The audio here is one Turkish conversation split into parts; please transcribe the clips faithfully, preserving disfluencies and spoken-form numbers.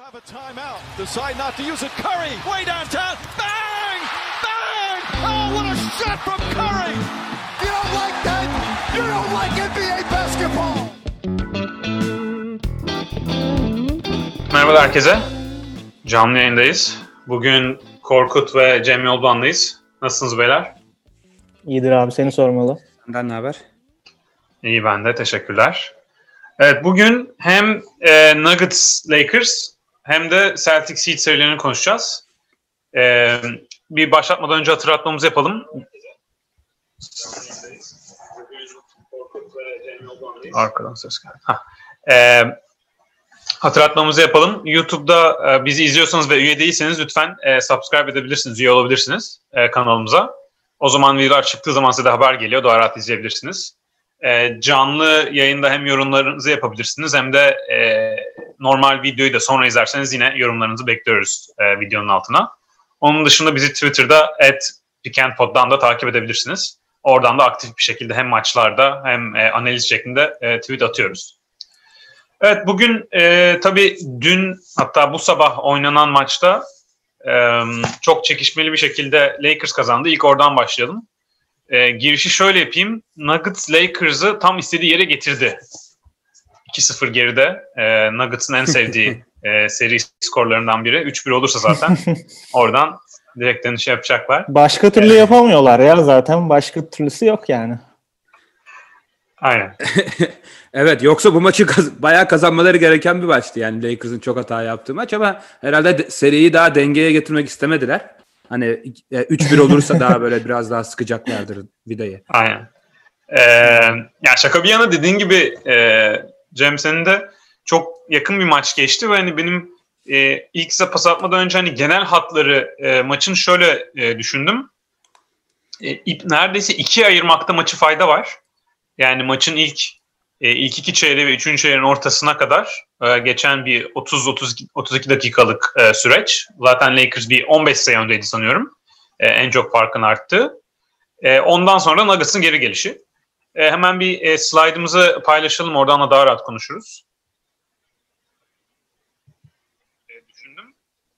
Have a timeout. Decide not to use it. Curry, way downtown. Bang! Bang! Oh, what a shot from Curry! You don't like that? You don't like N B A basketball. Merhaba herkese. Canlı yayındayız. Bugün Korkut ve Cem Yoldan'dayız. Nasılsınız beyler? İyidir abi, seni sormalı. Senden ne haber? İyi, ben de. Teşekkürler. Evet, bugün hem e, Nuggets Lakers hem de Celtics Heat serilerini konuşacağız. E, bir başlatmadan önce hatırlatmamızı yapalım. Arkadan ses geldi. E, hatırlatmamızı yapalım. YouTube'da e, bizi izliyorsanız ve üye değilseniz lütfen e, subscribe edebilirsiniz, üye olabilirsiniz e, kanalımıza. O zaman videolar çıktığı zaman size de haber geliyor. Daha rahat izleyebilirsiniz. E, canlı yayında hem yorumlarınızı yapabilirsiniz hem de e, normal videoyu da sonra izlerseniz yine yorumlarınızı bekliyoruz e, videonun altına. Onun dışında bizi Twitter'da at pickandpod'dan da takip edebilirsiniz. Oradan da aktif bir şekilde hem maçlarda hem e, analiz şeklinde e, tweet atıyoruz. Evet, bugün e, tabii dün hatta bu sabah oynanan maçta e, çok çekişmeli bir şekilde Lakers kazandı. İlk oradan başlayalım. E, girişi şöyle yapayım. Nuggets Lakers'ı tam istediği yere getirdi. iki sıfır geride. E, Nuggets'ın en sevdiği e, seri skorlarından biri. üç bir olursa zaten oradan direkt dönüş yapacaklar. Başka türlü yapamıyorlar ya zaten. Başka türlüsü yok yani. Aynen. Evet, yoksa bu maçı kaz- bayağı kazanmaları gereken bir maçtı. Yani Lakers'ın çok hata yaptığı maç ama herhalde de- seriyi daha dengeye getirmek istemediler. Hani e, üç bir olursa daha böyle biraz daha sıkacaklardır vidayı. Aynen. Ee, ya şaka bir yana dediğin gibi e, Cem, senin de çok yakın bir maç geçti ve hani benim e, ilk size pas atmadan önce hani genel hatları e, maçın şöyle e, düşündüm. E, ip, neredeyse ikiye ayırmakta maçı fayda var. Yani maçın ilk e, ilk iki çeyreği ve üçüncü çeyreğin ortasına kadar e, geçen bir otuz otuz iki dakikalık e, süreç. Zaten Lakers bir on beş sayı öndeydi sanıyorum. E, en çok farkın arttığı. E, ondan sonra Nuggets'ın geri gelişi. E, hemen bir e, slide'ımızı paylaşalım. Oradan da daha rahat konuşuruz. E, düşündüm.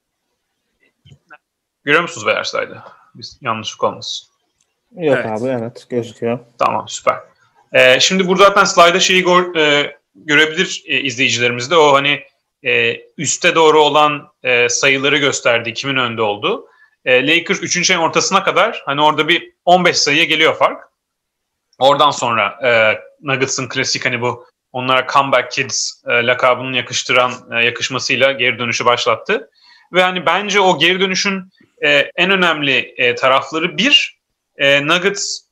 Görüyor musunuz beyler slide'ı? Biz yanlışlık olmasın. Yok Evet. abi, evet gözüküyor. Tamam, süper. Ee, şimdi burada zaten slide'da şeyi gör, e, görebilir e, izleyicilerimiz de. O hani e, üste doğru olan e, sayıları gösterdi. Kimin önde olduğu. E, Lakers üçüncü ayın ortasına kadar hani orada bir on beş sayıya geliyor fark. Oradan sonra e, Nuggets'ın klasik hani bu onlara comeback kids e, lakabını yakıştıran e, yakışmasıyla geri dönüşü başlattı. Ve hani bence o geri dönüşün e, en önemli e, tarafları bir, e, Nuggets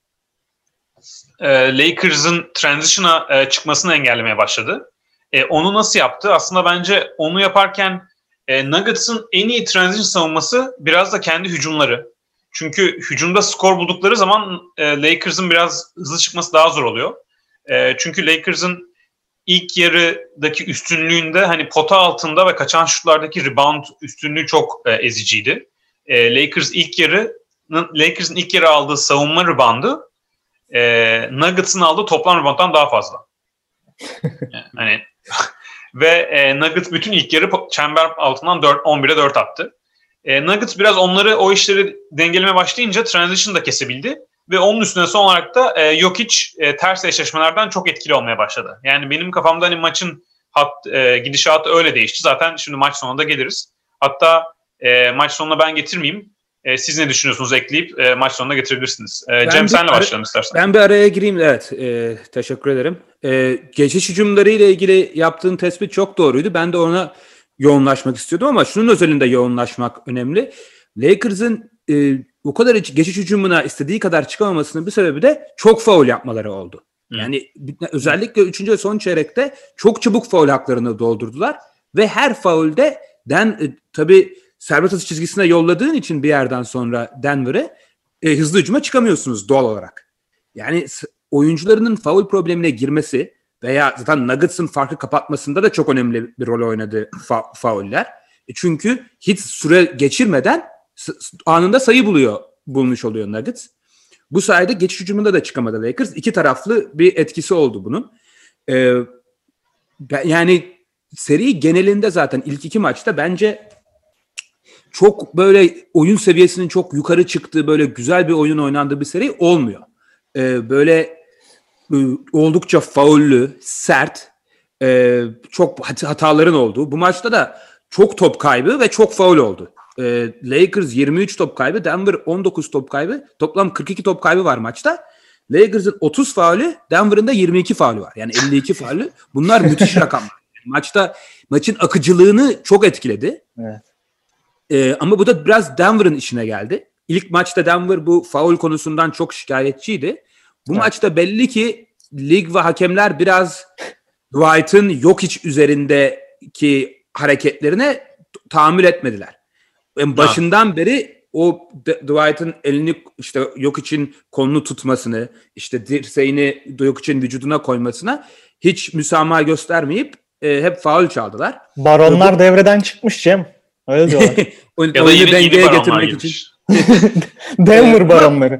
E, Lakers'ın transition'a e, çıkmasını engellemeye başladı. E, onu nasıl yaptı? Aslında bence onu yaparken e, Nuggets'ın en iyi transition savunması biraz da kendi hücumları. Çünkü hücumda skor buldukları zaman e, Lakers'ın biraz hızlı çıkması daha zor oluyor. E, çünkü Lakers'ın ilk yarıdaki üstünlüğünde hani pota altında ve kaçan şutlardaki rebound üstünlüğü çok e, eziciydi. E, Lakers ilk yarı Lakers'ın ilk yarı aldığı savunma reboundu E, Nuggets'ın aldığı toplam rebound'dan daha fazla. Yani, hani ve e, Nuggets bütün ilk yarı çember altından on bire dört attı. E, Nuggets biraz onları o işleri dengelemeye başlayınca transition da kesebildi ve onun üstüne son olarak da e, Jokic e, ters eşleşmelerden çok etkili olmaya başladı. Yani benim kafamda hani maçın hat, e, gidişatı öyle değişti. Zaten şimdi maç sonunda geliriz. Hatta e, maç sonuna ben getirmeyeyim. E, siz ne düşünüyorsunuz ekleyip e, maç sonuna getirebilirsiniz. E, Cem, senle ara- başlayalım istersen. Ben bir araya gireyim. Evet. E, teşekkür ederim. E, geçiş hücumları ile ilgili yaptığın tespit çok doğruydu. Ben de ona yoğunlaşmak istiyordum ama şunun özelinde yoğunlaşmak önemli. Lakers'ın e, o kadar geçiş hücumuna istediği kadar çıkamamasının bir sebebi de çok faul yapmaları oldu. Hı. Yani özellikle üçüncü ve son çeyrekte çok çabuk faul haklarını doldurdular ve her faulde den e, tabii serbest atış çizgisine yolladığın için bir yerden sonra Denver'ı e, hızlı hücuma çıkamıyorsunuz doğal olarak. Yani oyuncularının faul problemine girmesi veya zaten Nuggets'ın farkı kapatmasında da çok önemli bir rol oynadı fa- fauller. E çünkü hiç süre geçirmeden s- anında sayı buluyor, bulmuş oluyor Nuggets. Bu sayede geçiş hücumunda da çıkamadı Lakers. İki taraflı bir etkisi oldu bunun. E, yani seri genelinde zaten ilk iki maçta bence çok böyle oyun seviyesinin çok yukarı çıktığı, böyle güzel bir oyun oynandığı bir seri olmuyor. Ee, böyle e, oldukça faullü, sert, e, çok hataların olduğu. Bu maçta da çok top kaybı ve çok faul oldu. E, Lakers yirmi üç top kaybı, Denver on dokuz top kaybı. Toplam kırk iki top kaybı var maçta. Lakers'ın otuz faulü, Denver'ın da yirmi iki faulü var. Yani elli iki faulü. Bunlar müthiş rakamlar. Maçta maçın akıcılığını çok etkiledi. Evet. Ee, ama bu da biraz Denver'ın işine geldi. İlk maçta Denver bu faul konusundan çok şikayetçiydi. Bu evet. maçta belli ki lig ve hakemler biraz Dwight'ın Jokic üzerindeki hareketlerine tahammül etmediler. Yani başından ha. beri o Dwight'ın elini işte Jokic'in kolunu tutmasını, işte dirseğini Jokic'in vücuduna koymasına hiç müsamaha göstermeyip e, hep faul çaldılar. Baronlar bu, devreden çıkmış Cem. Öyle diyorlar. o, ya da yeni, dengeye yeni getirmek için. Denver baronları.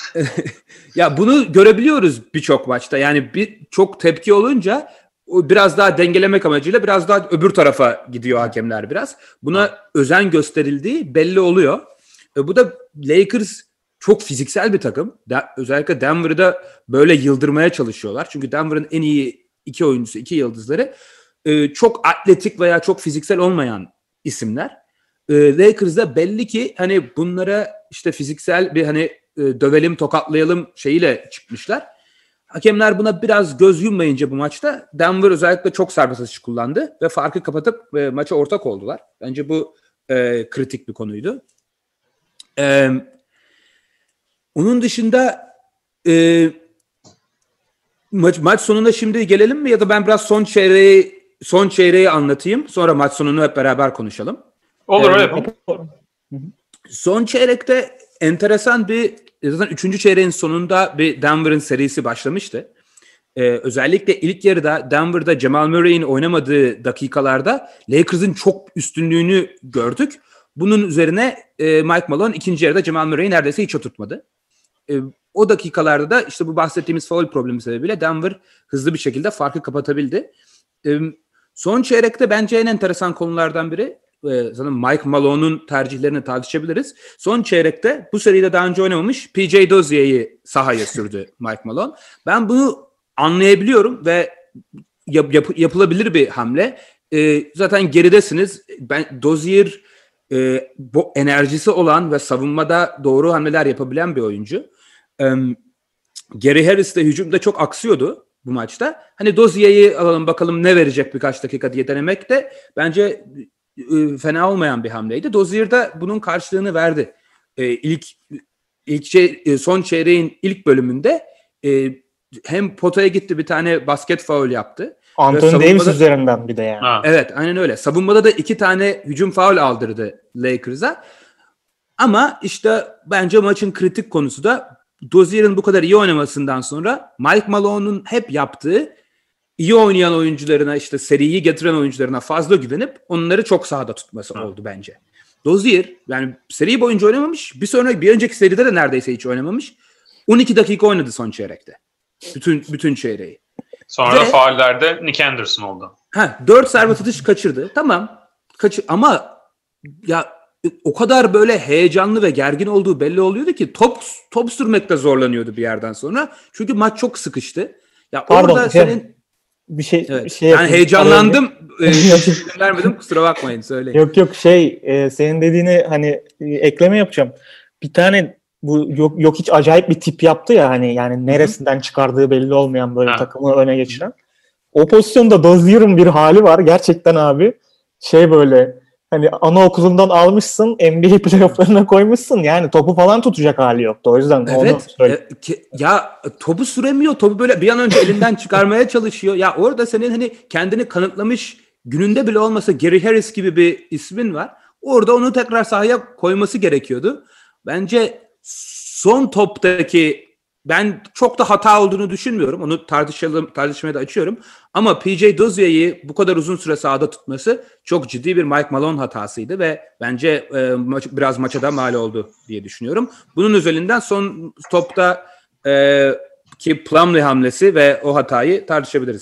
Ya bunu görebiliyoruz birçok maçta. Yani bir çok tepki olunca biraz daha dengelemek amacıyla biraz daha öbür tarafa gidiyor hakemler biraz. Buna ha. özen gösterildiği belli oluyor. E, bu da Lakers çok fiziksel bir takım. De, özellikle Denver'da böyle yıldırmaya çalışıyorlar. Çünkü Denver'ın en iyi iki oyuncusu, iki yıldızları e, çok atletik veya çok fiziksel olmayan isimler. E, Lakers'da belli ki hani bunlara işte fiziksel bir hani e, dövelim, tokatlayalım şeyiyle çıkmışlar. Hakemler buna biraz göz yummayınca bu maçta Denver özellikle çok serbest atış kullandı ve farkı kapatıp e, maça ortak oldular. Bence bu e, kritik bir konuydu. E, onun dışında e, maç, maç sonunda şimdi gelelim mi ya da ben biraz son çeyreği son çeyreği anlatayım. Sonra maç sonunu hep beraber konuşalım. Olur öyle. E, son çeyrekte enteresan bir zaten üçüncü çeyreğin sonunda bir Denver'ın serisi başlamıştı. Ee, özellikle ilk yarıda Denver'da Jamal Murray'in oynamadığı dakikalarda Lakers'ın çok üstünlüğünü gördük. Bunun üzerine e, Mike Malone ikinci yarıda Jamal Murray'i neredeyse hiç oturtmadı. E, o dakikalarda da işte bu bahsettiğimiz foul problemi sebebiyle Denver hızlı bir şekilde farkı kapatabildi. E, son çeyrekte bence en enteresan konulardan biri, zaten Mike Malone'un tercihlerini tartışabiliriz. Son çeyrekte bu seride daha önce oynamamış P J Dozier'i sahaya sürdü Mike Malone. Ben bunu anlayabiliyorum ve yap, yap, yapılabilir bir hamle. Ee, zaten geridesiniz. Ben Dozier e, bu enerjisi olan ve savunmada doğru hamleler yapabilen bir oyuncu. Ee, Gary Harris de hücumda çok aksıyordu bu maçta. Hani Dozier'i alalım bakalım ne verecek birkaç dakika diye denemek de bence fena olmayan bir hamleydi. Dozier de bunun karşılığını verdi. Ee, ilk ilk şey, son çeyreğin ilk bölümünde e, hem potaya gitti, bir tane basket faul yaptı. Anthony Davis üzerinden bir de yani. Ha. Evet, aynen öyle. Savunmada da iki tane hücum faul aldırdı Lakers'a. Ama işte bence maçın kritik konusu da Dozier'in bu kadar iyi oynamasından sonra Mike Malone'un hep yaptığı İyi oynayan oyuncularına, işte seriyi getiren oyuncularına fazla güvenip onları çok sahada tutması ha. oldu bence. Dozier yani seri boyunca oynamamış. Bir sonraki bir önceki seride de neredeyse hiç oynamamış. on iki dakika oynadı son çeyrekte. Bütün bütün çeyreği. Sonra Ve, faullerde Nick Anderson oldu. Ha, dört serbest atış kaçırdı. Tamam. Kaçır ama ya o kadar böyle heyecanlı ve gergin olduğu belli oluyordu ki top top sürmekte zorlanıyordu bir yerden sonra. Çünkü maç çok sıkıştı. Ya Pardon, orada şey, senin bir şey evet. bir şey yani heyecanlandım. ee, vermedim, kusura bakmayın, söyleyin. Yok yok şey e, senin dediğini hani e, ekleme yapacağım. Bir tane bu yok yok hiç acayip bir tip yaptı ya, hani yani neresinden Hı-hı. çıkardığı belli olmayan böyle ha. takımı öne geçiren. O pozisyonda Dozier'ın bir hali var gerçekten abi. Şey böyle hani anaokulundan almışsın, N B A playoff'larına koymuşsun. Yani topu falan tutacak hali yoktu. O yüzden evet, onu söyle. E, ki, ya topu süremiyor. Topu böyle bir an önce elinden çıkarmaya çalışıyor. Ya orada senin hani kendini kanıtlamış, gününde bile olmasa Gary Harris gibi bir ismin var. Orada onu tekrar sahaya koyması gerekiyordu. Bence son toptaki ben çok da hata olduğunu düşünmüyorum. Onu tartışalım, tartışmaya da açıyorum. Ama P J Dozier'i bu kadar uzun süre sahada tutması çok ciddi bir Mike Malone hatasıydı ve bence e, maç, biraz maça da mal oldu diye düşünüyorum. Bunun üzerinden son topta e, ki Plumlee hamlesi ve o hatayı tartışabiliriz.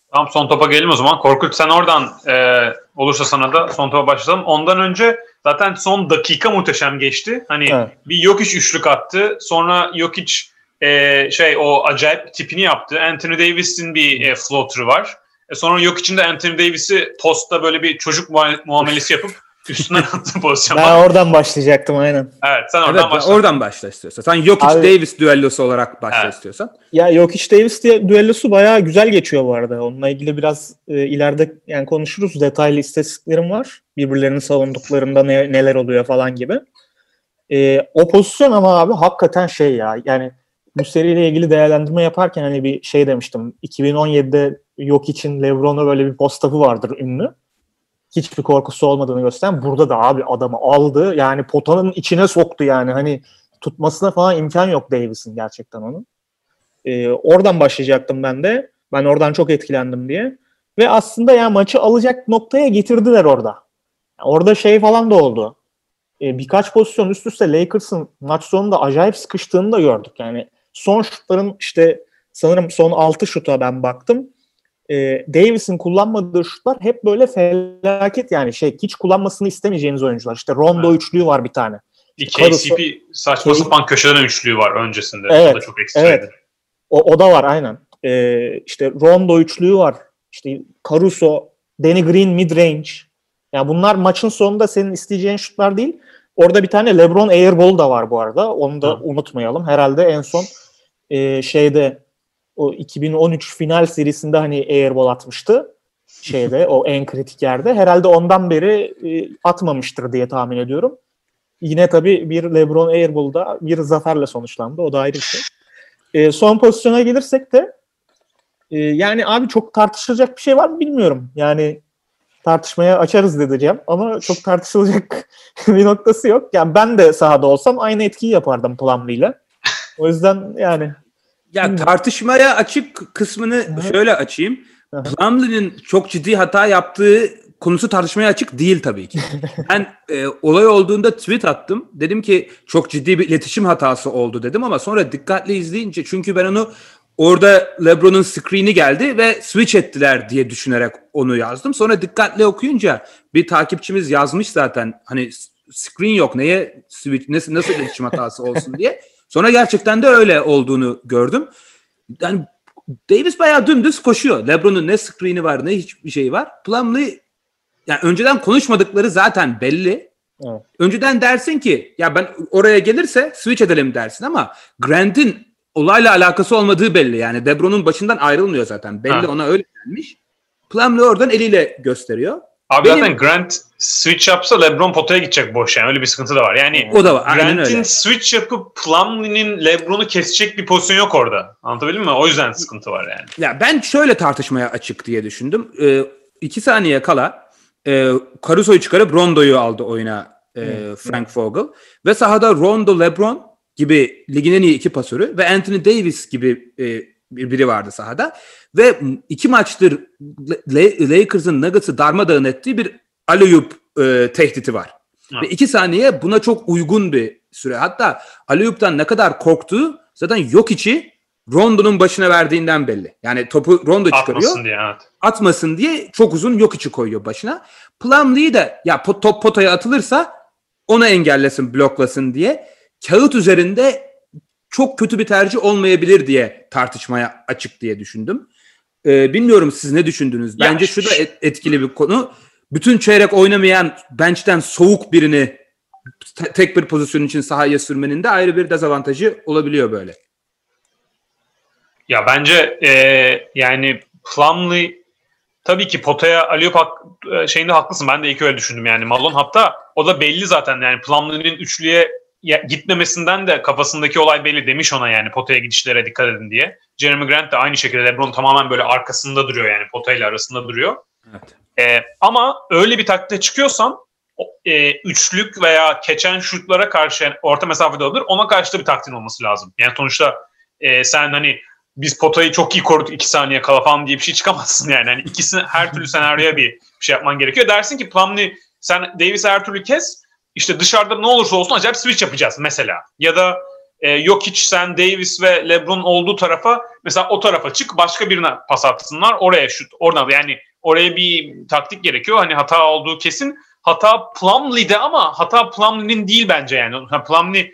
Tamam, son topa gelelim o zaman. Korkut, sen oradan e, olursa sana da son topa başlayalım. Ondan önce zaten son dakika muhteşem geçti. Hani evet. Bir Jokic üçlük attı. Sonra Jokic e, şey o acayip tipini yaptı. Anthony Davis'in bir e, floater'ı var. E, sonra Jokic'in de Anthony Davis'i postta böyle bir çocuk muamelesi yapıp üstünden attı pozisyona. Ben oradan başlayacaktım aynen. Evet, sen oradan evet, başla. Oradan başla istiyorsan. Sen Jokic-Davis düellosu olarak başla evet. istiyorsan. Ya Jokic-Davis diye düellosu bayağı güzel geçiyor bu arada. Onunla ilgili biraz e, ileride yani konuşuruz. Detaylı istatistiklerim var. Birbirlerini savunduklarında ne, neler oluyor falan gibi. E, o pozisyon ama abi hakikaten şey ya. Yani bu seriyle ilgili değerlendirme yaparken hani bir şey demiştim. iki bin on yedide Jokic'in LeBron'a böyle bir post-up'ı vardır ünlü. Hiçbir korkusu olmadığını gösteren. Burada da abi adamı aldı. Yani potanın içine soktu yani. Hani tutmasına falan imkan yok Davis'in gerçekten onun. Ee, oradan başlayacaktım ben de. Ben oradan çok etkilendim diye. Ve aslında ya maçı alacak noktaya getirdiler orada. Yani orada şey falan da oldu. Ee, birkaç pozisyon üst üste Lakers'ın maç sonunda acayip sıkıştığını da gördük. Yani son şutların işte sanırım son altı şuta ben baktım. Ee, Davis'in kullanmadığı şutlar hep böyle felaket yani şey hiç kullanmasını istemeyeceğiniz oyuncular. İşte Rondo evet. üçlüğü var bir tane. K C P saçma K- sapan köşeden üçlüğü var öncesinde. Evet, o da çok ekstraydı. Evet. O, o da var aynen. Ee, işte Rondo üçlüğü var. İşte Caruso, Danny Green mid-range. Yani bunlar maçın sonunda senin isteyeceğin şutlar değil. Orada bir tane LeBron airball da var bu arada. Onu da Hı. unutmayalım. Herhalde en son e, şeyde o iki bin on üç final serisinde hani airball atmıştı. Şeyde o en kritik yerde. Herhalde ondan beri e, atmamıştır diye tahmin ediyorum. Yine tabii bir LeBron airball'da bir zaferle sonuçlandı. O da ayrı bir şey. E, son pozisyona gelirsek de e, yani abi çok tartışılacak bir şey var mı bilmiyorum. Yani tartışmaya açarız dedeceğim ama çok tartışılacak bir noktası yok. Yani ben de sahada olsam aynı etkiyi yapardım Plumlee'yle. O yüzden yani ya tartışmaya açık kısmını Hı-hı. şöyle açayım. Plumlee'nin çok ciddi hata yaptığı konusu tartışmaya açık değil tabii ki. Ben e, olay olduğunda tweet attım. Dedim ki çok ciddi bir iletişim hatası oldu dedim ama sonra dikkatli izleyince çünkü ben onu orada LeBron'un screen'i geldi ve switch ettiler diye düşünerek onu yazdım. Sonra dikkatli okuyunca bir takipçimiz yazmış zaten hani screen yok neye switch nasıl, nasıl iletişim hatası olsun diye. Sonra gerçekten de öyle olduğunu gördüm. Yani Davis bayağı dümdüz koşuyor. LeBron'un ne screen'i var ne hiçbir şey var. Plumlee yani önceden konuşmadıkları zaten belli. Evet. Önceden dersin ki ya ben oraya gelirse switch edelim dersin ama Grant'in olayla alakası olmadığı belli. Yani LeBron'un başından ayrılmıyor zaten. Belli ha. Ona öyle gelmiş. Plumlee oradan eliyle gösteriyor. Abi Benim... zaten Grant switch yapsa LeBron potaya gidecek boş yani. Öyle bir sıkıntı da var. Yani o da var. Grant'in switch yapıp Plumlee'nin LeBron'u kesecek bir pozisyon yok orada. Anlatabildim mi? O yüzden sıkıntı var yani. Ya ben şöyle tartışmaya açık diye düşündüm. Ee, iki saniye kala e, Caruso'yu çıkarıp Rondo'yu aldı oyuna e, hmm. Frank Vogel. Ve sahada Rondo, LeBron gibi ligin en iyi iki pasörü ve Anthony Davis gibi e, biri vardı sahada. Ve iki maçtır Lakers'ın Nuggets'ı darmadağın ettiği bir alley-oop e, tehditi var. Ha. Ve iki saniye buna çok uygun bir süre. Hatta alley-oop'tan ne kadar korktuğu zaten Jokic'i Rondo'nun başına verdiğinden belli. Yani topu Rondo çıkarıyor. Atmasın diye. Evet. Atmasın diye çok uzun Jokic'i koyuyor başına. Plumlee de ya pot, top potaya atılırsa onu engellesin, bloklasın diye. Kağıt üzerinde çok kötü bir tercih olmayabilir diye tartışmaya açık diye düşündüm. Ee, bilmiyorum siz ne düşündünüz? Bence ya, şu da et, etkili bir konu. Bütün çeyrek oynamayan bench'ten soğuk birini t- tek bir pozisyon için sahaya sürmenin de ayrı bir dezavantajı olabiliyor böyle. Ya bence e, yani Plumlee tabii ki potaya alley-oop şeyinde haklısın. Ben de ilk öyle düşündüm yani. Malone hatta o da belli zaten yani Plumlee'nin üçlüye gitmemesinden de kafasındaki olay belli demiş ona yani potaya gidişlere dikkat edin diye. Jeremy Grant de aynı şekilde LeBron tamamen böyle arkasında duruyor yani potayla arasında duruyor. Evet. Ee, ama öyle bir taktikte çıkıyorsan e, üçlük veya keçen şutlara karşı yani orta mesafede olur ona karşı da bir taktiğin olması lazım. Yani sonuçta e, sen hani biz potayı çok iyi koruduk iki saniye kala falan diye bir şey çıkamazsın yani. yani ikisini her türlü senaryoya bir, bir şey yapman gerekiyor. Dersin ki Plumlee sen Davis'i her türlü kes. İşte dışarıda ne olursa olsun acayip switch yapacağız mesela. Ya da e, Jokic, Sen, Davis ve LeBron olduğu tarafa mesela o tarafa çık, başka birine pas atsınlar, oraya şut. Oradan yani oraya bir taktik gerekiyor. Hani hata olduğu kesin. Hata Plumlee'de ama hata Plumlee'nin değil bence yani. Plumlee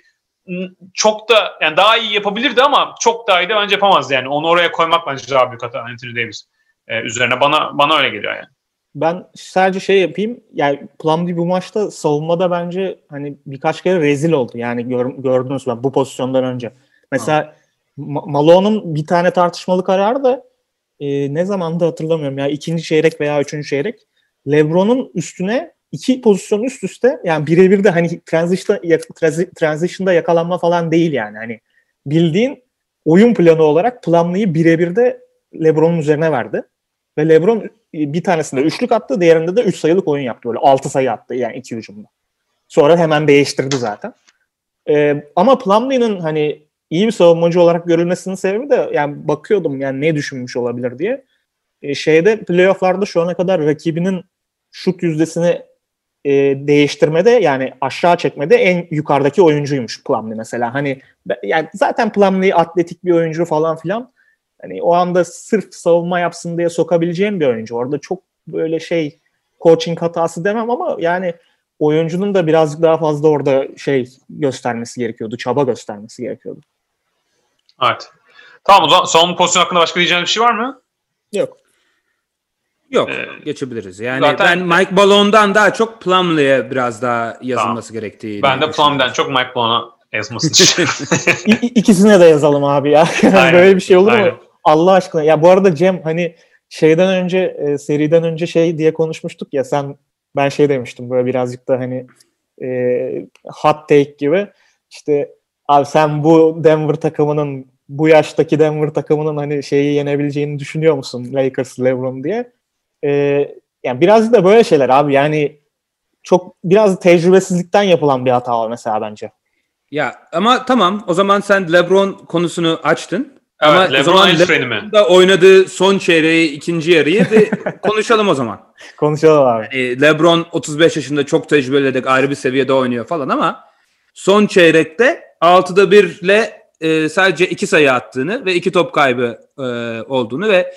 çok da yani daha iyi yapabilirdi ama çok daha iyi de bence yapamazdı yani. Onu oraya koymak bence daha büyük hata Anthony Davis e, üzerine. Bana bana öyle geliyor yani. Ben sadece şey yapayım. Yani Plumlee bu maçta savunmada bence hani birkaç kere rezil oldu. Yani gör, gördünüz mü bu pozisyondan önce. Mesela Ma- Malone'un bir tane tartışmalı kararı da e, ne zamanda hatırlamıyorum ya, ikinci çeyrek veya üçüncü çeyrek. LeBron'un üstüne iki pozisyon üst üste, yani birebir de hani transition'da, transition'da yakalanma falan değil yani. Hani bildiğin oyun planı olarak Plumlee'yi birebir de LeBron'un üzerine verdi. Ve LeBron bir tanesinde üçlük attı, diğerinde de üç sayılık oyun yaptı. Böyle altı sayı attı yani iki hücumda. Sonra hemen değiştirdi zaten. Ee, ama Plumlee'nin hani iyi bir savunmacı olarak görülmesinin sebebi de yani bakıyordum yani ne düşünmüş olabilir diye. Ee, şeyde playoff'larda şu ana kadar rakibinin şut yüzdesini e, değiştirmede, yani aşağı çekmede en yukarıdaki oyuncuymuş Plumlee mesela. Hani yani zaten Plumlee atletik bir oyuncu falan filan. Hani o anda sırf savunma yapsın diye sokabileceğim bir oyuncu. Orada çok böyle şey coaching hatası demem ama yani oyuncunun da birazcık daha fazla orada şey göstermesi gerekiyordu. Çaba göstermesi gerekiyordu. Evet. Tamam, o zaman son pozisyon hakkında başka diyeceğiniz bir şey var mı? Yok. Yok. Ee, geçebiliriz. Yani zaten ben Mike Malone'dan daha çok Plumlee'ye biraz daha yazılması tamam. gerektiği. Ben de Plumlee'den çok Mike Malone'a yazmasını İ- İkisine de yazalım abi ya. Böyle bir şey olur mu? Allah aşkına. Ya bu arada Cem, hani şeyden önce e, seriden önce şey diye konuşmuştuk ya, sen ben şey demiştim böyle birazcık da hani e, hot take gibi. İşte abi sen bu Denver takımının, bu yaştaki Denver takımının hani şeyi yenebileceğini düşünüyor musun? Lakers, LeBron diye. E, yani birazcık da böyle şeyler abi, yani çok biraz tecrübesizlikten yapılan bir hata var mesela bence. Ya ama tamam, o zaman sen LeBron konusunu açtın. Evet, ama LeBron o zaman LeBron'un da oynadığı son çeyreği, ikinci yarıyı bir konuşalım o zaman. Konuşalım abi. Yani LeBron otuz beş yaşında, çok tecrübeli, ayrı bir seviyede oynuyor falan ama son çeyrekte altıda birle e, sadece iki sayı attığını ve iki top kaybı e, olduğunu ve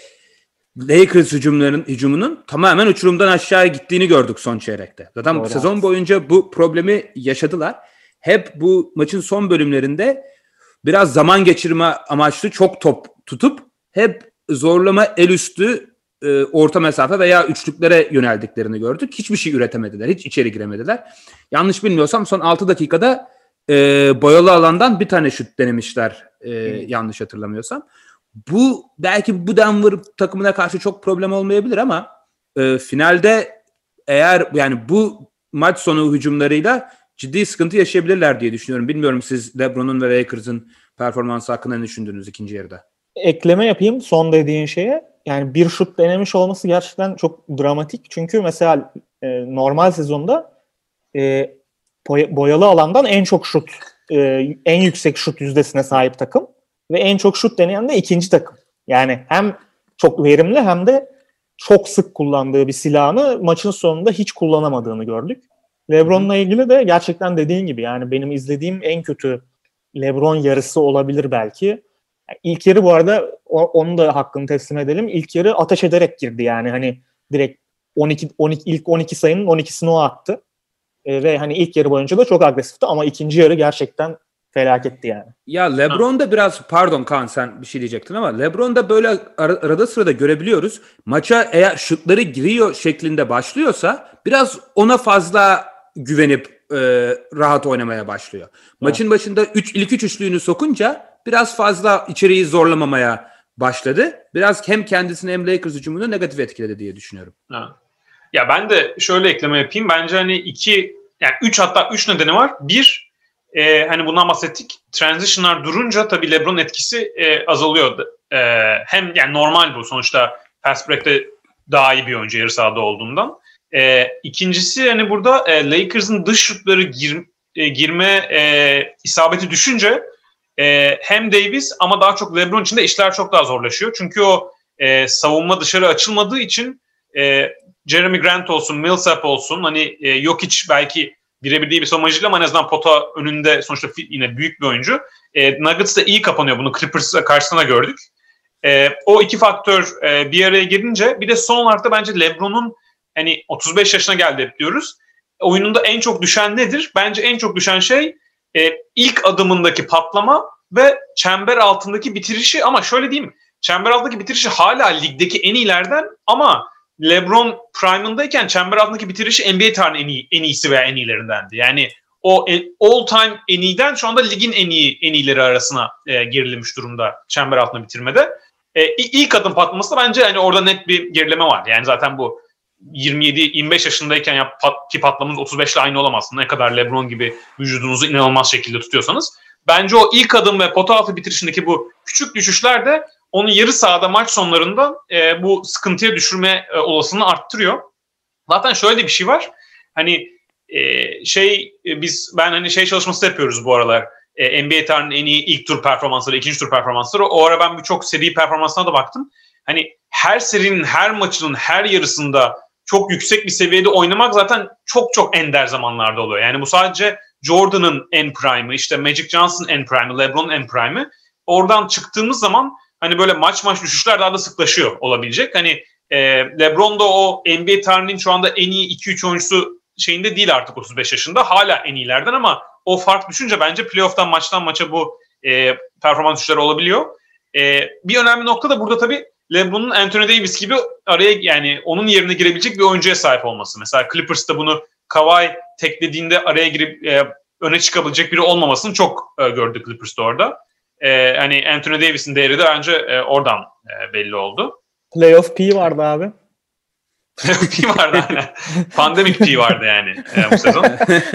Lakers hücumlarının hücumunun tamamen uçurumdan aşağı gittiğini gördük son çeyrekte. Zaten Doğru. sezon boyunca bu problemi yaşadılar. Hep bu maçın son bölümlerinde biraz zaman geçirme amaçlı çok top tutup hep zorlama, el üstü, e, orta mesafe veya üçlüklere yöneldiklerini gördük. Hiçbir şey üretemediler. Hiç içeri giremediler. Yanlış bilmiyorsam son altı dakikada e, boyalı alandan bir tane şut denemişler. E, hmm. Yanlış hatırlamıyorsam. Bu belki bu Denver takımına karşı çok problem olmayabilir ama e, finalde eğer yani bu maç sonu hücumlarıyla ciddi sıkıntı yaşayabilirler diye düşünüyorum. Bilmiyorum siz LeBron'un ve Lakers'ın performansı hakkında ne düşündünüz ikinci yarıda? Ekleme yapayım son dediğin şeye. Yani bir şut denemiş olması gerçekten çok dramatik. Çünkü mesela e, normal sezonda e, boyalı alandan en çok şut, e, en yüksek şut yüzdesine sahip takım ve en çok şut deneyen de ikinci takım. Yani hem çok verimli hem de çok sık kullandığı bir silahını maçın sonunda hiç kullanamadığını gördük. LeBron'la ilgili de gerçekten dediğin gibi yani benim izlediğim en kötü LeBron yarısı olabilir belki. Yani ilk yarı bu arada o, onu da hakkını teslim edelim. İlk yarı ateş ederek girdi yani hani direkt on iki, on iki ilk on iki sayının on ikisini o attı. E, ve hani ilk yarı boyunca da çok agresifti ama ikinci yarı gerçekten felaketti yani. Ya LeBron'da biraz, pardon Kaan sen bir şey diyecektin ama LeBron'da böyle ar- arada sırada görebiliyoruz. Maça eğer şutları giriyor şeklinde başlıyorsa biraz ona fazla güvenip e, rahat oynamaya başlıyor. Maçın evet. başında üç, ilk üç üçlüğünü sokunca biraz fazla içeriği zorlamamaya başladı. Biraz hem kendisini hem Lakers hücumunu negatif etkiledi diye düşünüyorum. Ha. Ya ben de şöyle ekleme yapayım. Bence hani iki, yani üç hatta üç nedeni var. Bir, e, hani bundan bahsettik. Transition'lar durunca tabii LeBron'un etkisi e, azalıyor. E, hem yani normal bu. Sonuçta fast break'te daha iyi bir oyuncu yarı sahada olduğundan. E, ikincisi hani burada e, Lakers'ın dış şutları gir, e, girme e, isabeti düşünce e, hem Davis ama daha çok LeBron için de işler çok daha zorlaşıyor. Çünkü o e, savunma dışarı açılmadığı için e, Jeremy Grant olsun, Millsap olsun, hani e, Jokic belki birebir değil bir savunmacıyla ama en azından pota önünde sonuçta yine büyük bir oyuncu. E, Nuggets da iyi kapanıyor. Bunu Clippers'a karşısına gördük. E, o iki faktör e, bir araya girince bir de son olarak da bence LeBron'un hani otuz beş yaşına geldi hep diyoruz. Oyununda en çok düşen nedir? Bence en çok düşen şey e, ilk adımındaki patlama ve çember altındaki bitirişi. Ama şöyle diyeyim, çember altındaki bitirişi hala ligdeki en iyilerden ama LeBron prime'ındayken çember altındaki bitirişi N B A tarihinin en, iyi, en iyisi veya en iyilerindendi. Yani o all time en iyiden şu anda ligin en iyi en iyileri arasına e, gerilemiş durumda çember altında bitirmede. E, ilk adım patlaması da bence hani orada net bir gerileme var. Yani zaten bu yirmi yedi yirmi beş yaşındayken yap, pat, ki patlamanız otuz beş ile aynı olamaz. Ne kadar LeBron gibi vücudunuzu inanılmaz şekilde tutuyorsanız. Bence o ilk adım ve pota altı bitirişindeki bu küçük düşüşler de onu yarı sahada maç sonlarında e, bu sıkıntıya düşürme e, olasılığını arttırıyor. Zaten şöyle bir şey var. Hani e, şey e, biz ben hani şey çalışması yapıyoruz bu aralar. E, N B A tarihinin en iyi ilk tur performansları, ikinci tur performansları. O ara ben birçok seri performansına da baktım. Hani her serinin, her maçının, her yarısında çok yüksek bir seviyede oynamak zaten çok çok ender zamanlarda oluyor. Yani bu sadece Jordan'ın en prime'ı, işte Magic Johnson'ın en prime'ı, LeBron'un en prime'ı. Oradan çıktığımız zaman hani böyle maç maç düşüşler daha da sıklaşıyor olabilecek. Hani e, LeBron da o N B A tarihinin şu anda en iyi iki üç oyuncusu şeyinde değil artık otuz beş yaşında. Hala en iyilerden ama o fark düşünce bence playoff'tan maçtan maça bu e, performans düşüşleri olabiliyor. E, bir önemli nokta da burada tabii LeBron'un Anthony Davis gibi araya yani onun yerine girebilecek bir oyuncuya sahip olması. Mesela Clippers'ta bunu Kawhi teklediğinde araya girip e, öne çıkabilecek biri olmamasını çok e, gördük Clippers'ta orada. E, hani Anthony Davis'in değeri de bence e, oradan e, belli oldu. Playoff P vardı abi. Playoff P vardı aynen. Pandemic P vardı yani e, bu sezon.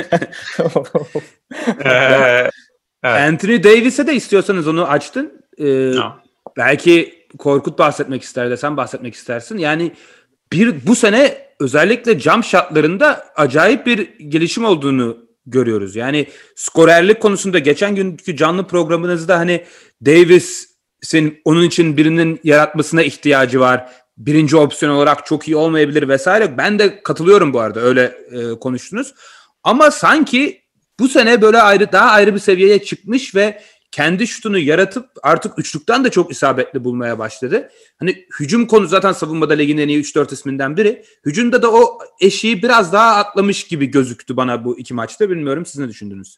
e, evet. Anthony Davis'e de istiyorsanız onu açtın. Ee, no. Belki Korkut bahsetmek ister de sen bahsetmek istersin. Yani bir bu sene özellikle jump shotlarında acayip bir gelişim olduğunu görüyoruz. Yani skorerlik konusunda geçen günkü canlı programınızda hani Davis'in onun için birinin yaratmasına ihtiyacı var. Birinci opsiyon olarak çok iyi olmayabilir vesaire. Ben de katılıyorum bu arada öyle e, konuştunuz. Ama sanki bu sene böyle ayrı daha ayrı bir seviyeye çıkmış ve kendi şutunu yaratıp artık üçlükten de çok isabetli bulmaya başladı. Hani hücum konu zaten savunmada ligin en iyi üç dört isminden biri. Hücumda da o eşiği biraz daha atlamış gibi gözüktü bana bu iki maçta. Bilmiyorum siz ne düşündünüz?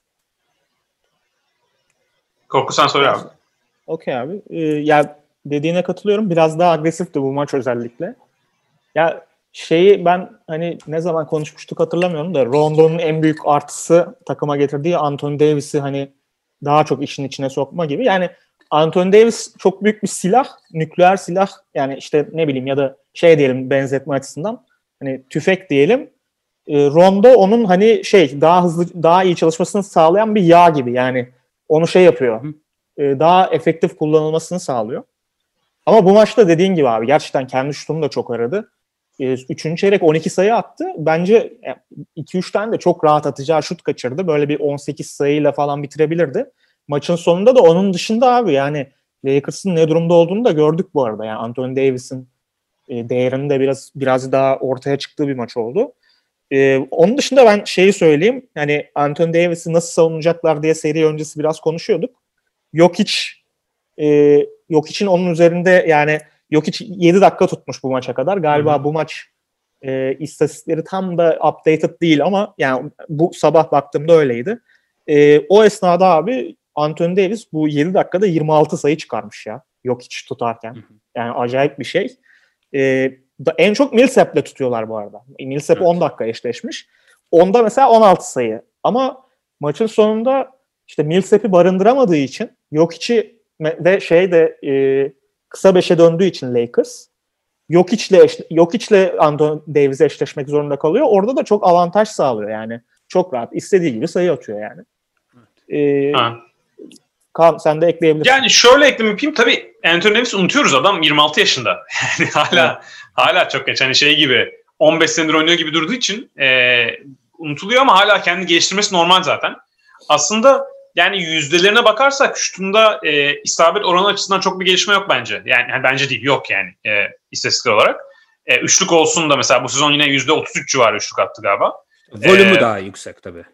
Korku sen söyle abi. Okey abi. Ee, ya dediğine katılıyorum. Biraz daha agresifti bu maç özellikle. Ya şeyi ben hani ne zaman konuşmuştuk hatırlamıyorum da Rondo'nun en büyük artısı takıma getirdiği Anthony Davis'i hani daha çok işin içine sokma gibi. Yani Anthony Davis çok büyük bir silah, nükleer silah. Yani işte ne bileyim ya da şey diyelim benzetme açısından hani tüfek diyelim. E, Rondo onun hani şey daha hızlı, daha iyi çalışmasını sağlayan bir yağ gibi. Yani onu şey yapıyor. E, daha efektif kullanılmasını sağlıyor. Ama bu maçta dediğin gibi abi gerçekten kendi şutunu da çok aradı. E, üçüncü çeyrek on iki sayı attı. Bence iki üç tane de çok rahat atacağı şut kaçırdı. Böyle bir on sekiz sayıyla falan bitirebilirdi. Maçın sonunda da onun dışında abi yani Lakers'ın ne durumda olduğunu da gördük bu arada. Yani Anthony Davis'in e, değerinin de biraz biraz daha ortaya çıktığı bir maç oldu. E, onun dışında ben şeyi söyleyeyim. Yani Anthony Davis'i nasıl savunacaklar diye seri öncesi biraz konuşuyorduk. Jokic e, Jokic'in onun üzerinde yani Jokic yedi dakika tutmuş bu maça kadar. Galiba Hı-hı. bu maç e, istatistikleri tam da updated değil ama yani bu sabah baktığımda öyleydi. E, o esnada abi Anthony Davis bu yedi dakikada yirmi altı sayı çıkarmış ya. Jokic tutarken. Hı-hı. Yani acayip bir şey. E, da, en çok Millsap'le tutuyorlar bu arada. Millsap evet. on dakika eşleşmiş. Onda mesela on altı sayı. Ama maçın sonunda işte Millsap'i barındıramadığı için Jokic'i ve şey de e, kısa beşe döndüğü için Lakers Jokic'le Jokic'le Anthony Davis eşleşmek zorunda kalıyor. Orada da çok avantaj sağlıyor yani. Çok rahat. İstediği gibi sayı atıyor yani. Ee, Kaan sen de ekleyebilirsin. Yani şöyle ekleme yapayım. Tabii Anthony Davis unutuyoruz adam yirmi altı yaşında. Yani hala evet. hala çok geç. Hani şey gibi on beş senedir oynuyor gibi durduğu için e, unutuluyor ama hala kendini geliştirmesi normal zaten. Aslında yani yüzdelerine bakarsak şutunda e, isabet oranı açısından çok bir gelişme yok bence. Yani, yani bence değil, yok yani e, istatistik olarak. E, üçlük olsun da mesela bu sezon yine yüzde otuz üç civarı üçlük attı galiba. Volümü Ee, daha yüksek tabii.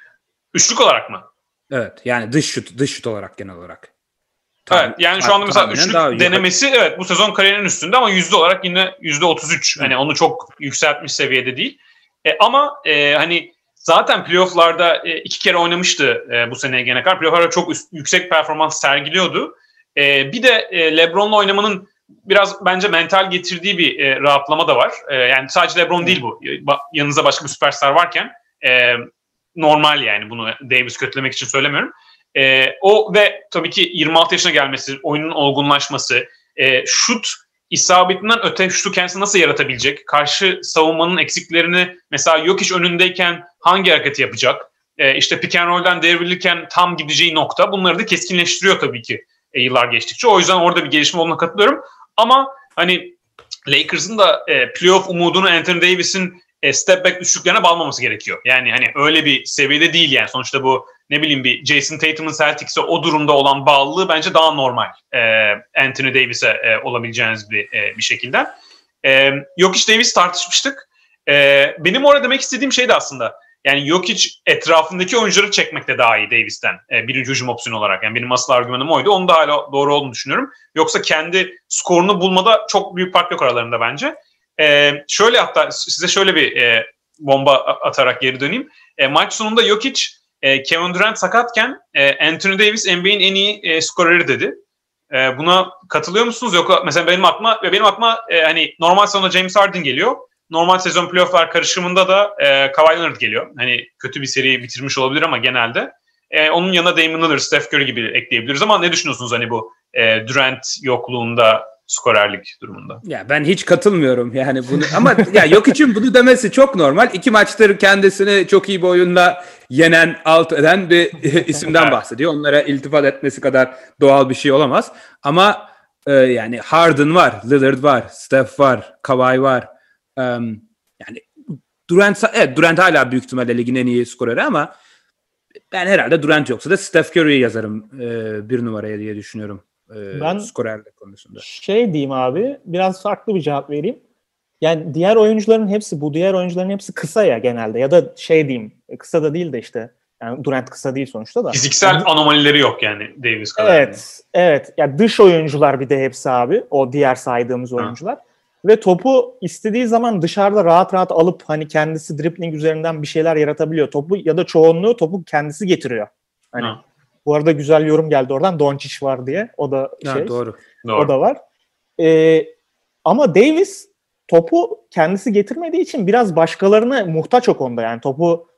Üçlük olarak mı? Evet. Yani dış şut, dış şut olarak genel olarak. Evet, yani şu anda mesela üçlük daha denemesi yukarı. Evet bu sezon kariyerinin üstünde ama yüzde olarak yine yüzde otuz üç. Hani onu çok yükseltmiş seviyede değil. E, ama e, hani zaten playoff'larda e, iki kere oynamıştı e, bu seneye gene kadar. Playoff'larda çok üst, yüksek performans sergiliyordu. E, bir de e, LeBron'la oynamanın biraz bence mental getirdiği bir e, rahatlama da var. E, yani sadece LeBron hmm. değil bu. Yanınızda başka bir süperstar varken e, normal yani bunu Davis kötülemek için söylemiyorum. E, o ve tabii ki yirmi altı yaşına gelmesi, oyunun olgunlaşması, e, şut isabetinden öte şutu kendisi nasıl yaratabilecek? Karşı savunmanın eksiklerini mesela Jokic önündeyken hangi hareketi yapacak? E, işte pick and roll'den devrilirken tam gideceği nokta. Bunları da keskinleştiriyor tabii ki e, yıllar geçtikçe. O yüzden orada bir gelişme olduğuna katılıyorum. Ama hani Lakers'ın da e, playoff umudunu Anthony Davis'in e, step back üçlüklerine bağlamaması gerekiyor. Yani hani öyle bir seviyede değil yani. Sonuçta bu ne bileyim bir Jason Tatum'un Celtics'e o durumda olan bağlılığı bence daha normal. E, Anthony Davis'e e, olabileceğiniz bir e, bir şekilde. E, Jokic Davis tartışmıştık. E, benim orada demek istediğim şey de aslında yani Jokic etrafındaki oyuncuları çekmekte daha iyi Davis'ten. E, birinci hücum opsiyonu olarak. Yani benim asıl argümanım oydu. Onun da hala doğru olduğunu düşünüyorum. Yoksa kendi skorunu bulmada çok büyük fark yok aralarında bence. E, şöyle hatta size şöyle bir e, bomba atarak geri döneyim. E, maç sonunda Jokic e, Kevin Durant sakatken e, Anthony Davis N B A'in en iyi e, skoreri dedi. E, buna katılıyor musunuz? Yok mesela benim aklıma benim aklıma e, hani normal sezonda James Harden geliyor. Normal sezon playoff'lar karışımında da e, Kawhi Leonard geliyor. Hani kötü bir seriyi bitirmiş olabilir ama genelde. E, onun yanına Damian Lillard, Steph Curry gibi ekleyebiliriz ama ne düşünüyorsunuz hani bu e, Durant yokluğunda skorerlik durumunda? Ya ben hiç katılmıyorum yani bunu ama ya yok için bunu demesi çok normal. İki maçtır kendisini çok iyi bir oyunla yenen, alt eden bir isimden evet. bahsediyor. Onlara iltifat etmesi kadar doğal bir şey olamaz. Ama e, yani Harden var, Lillard var, Steph var, Kawhi var. Um, yani Durant, evet Durant hala büyük ihtimalle ligin en iyi skoreri ama ben herhalde Durant yoksa da Steph Curry'yi yazarım e, bir numaraya diye düşünüyorum. Ben skorerlik konusunda. Şey diyeyim abi, biraz farklı bir cevap vereyim. Yani diğer oyuncuların hepsi, bu diğer oyuncuların hepsi kısa ya genelde. Ya da şey diyeyim, kısa da değil de işte. Yani Durant kısa değil sonuçta da. Fiziksel yani, anomalileri yok yani Davis kadar. Evet, yani. evet. Yani dış oyuncular bir de hepsi abi. O diğer saydığımız ha. oyuncular. Ve topu istediği zaman dışarıda rahat rahat alıp hani kendisi dribbling üzerinden bir şeyler yaratabiliyor. Topu ya da çoğunluğu topu kendisi getiriyor. Hani ha. Bu arada güzel yorum geldi oradan. Doncic var diye. O da şey. Ha, doğru. O da var. Ee, ama Davis topu kendisi getirmediği için biraz başkalarına muhtaç o konuda. Yani topu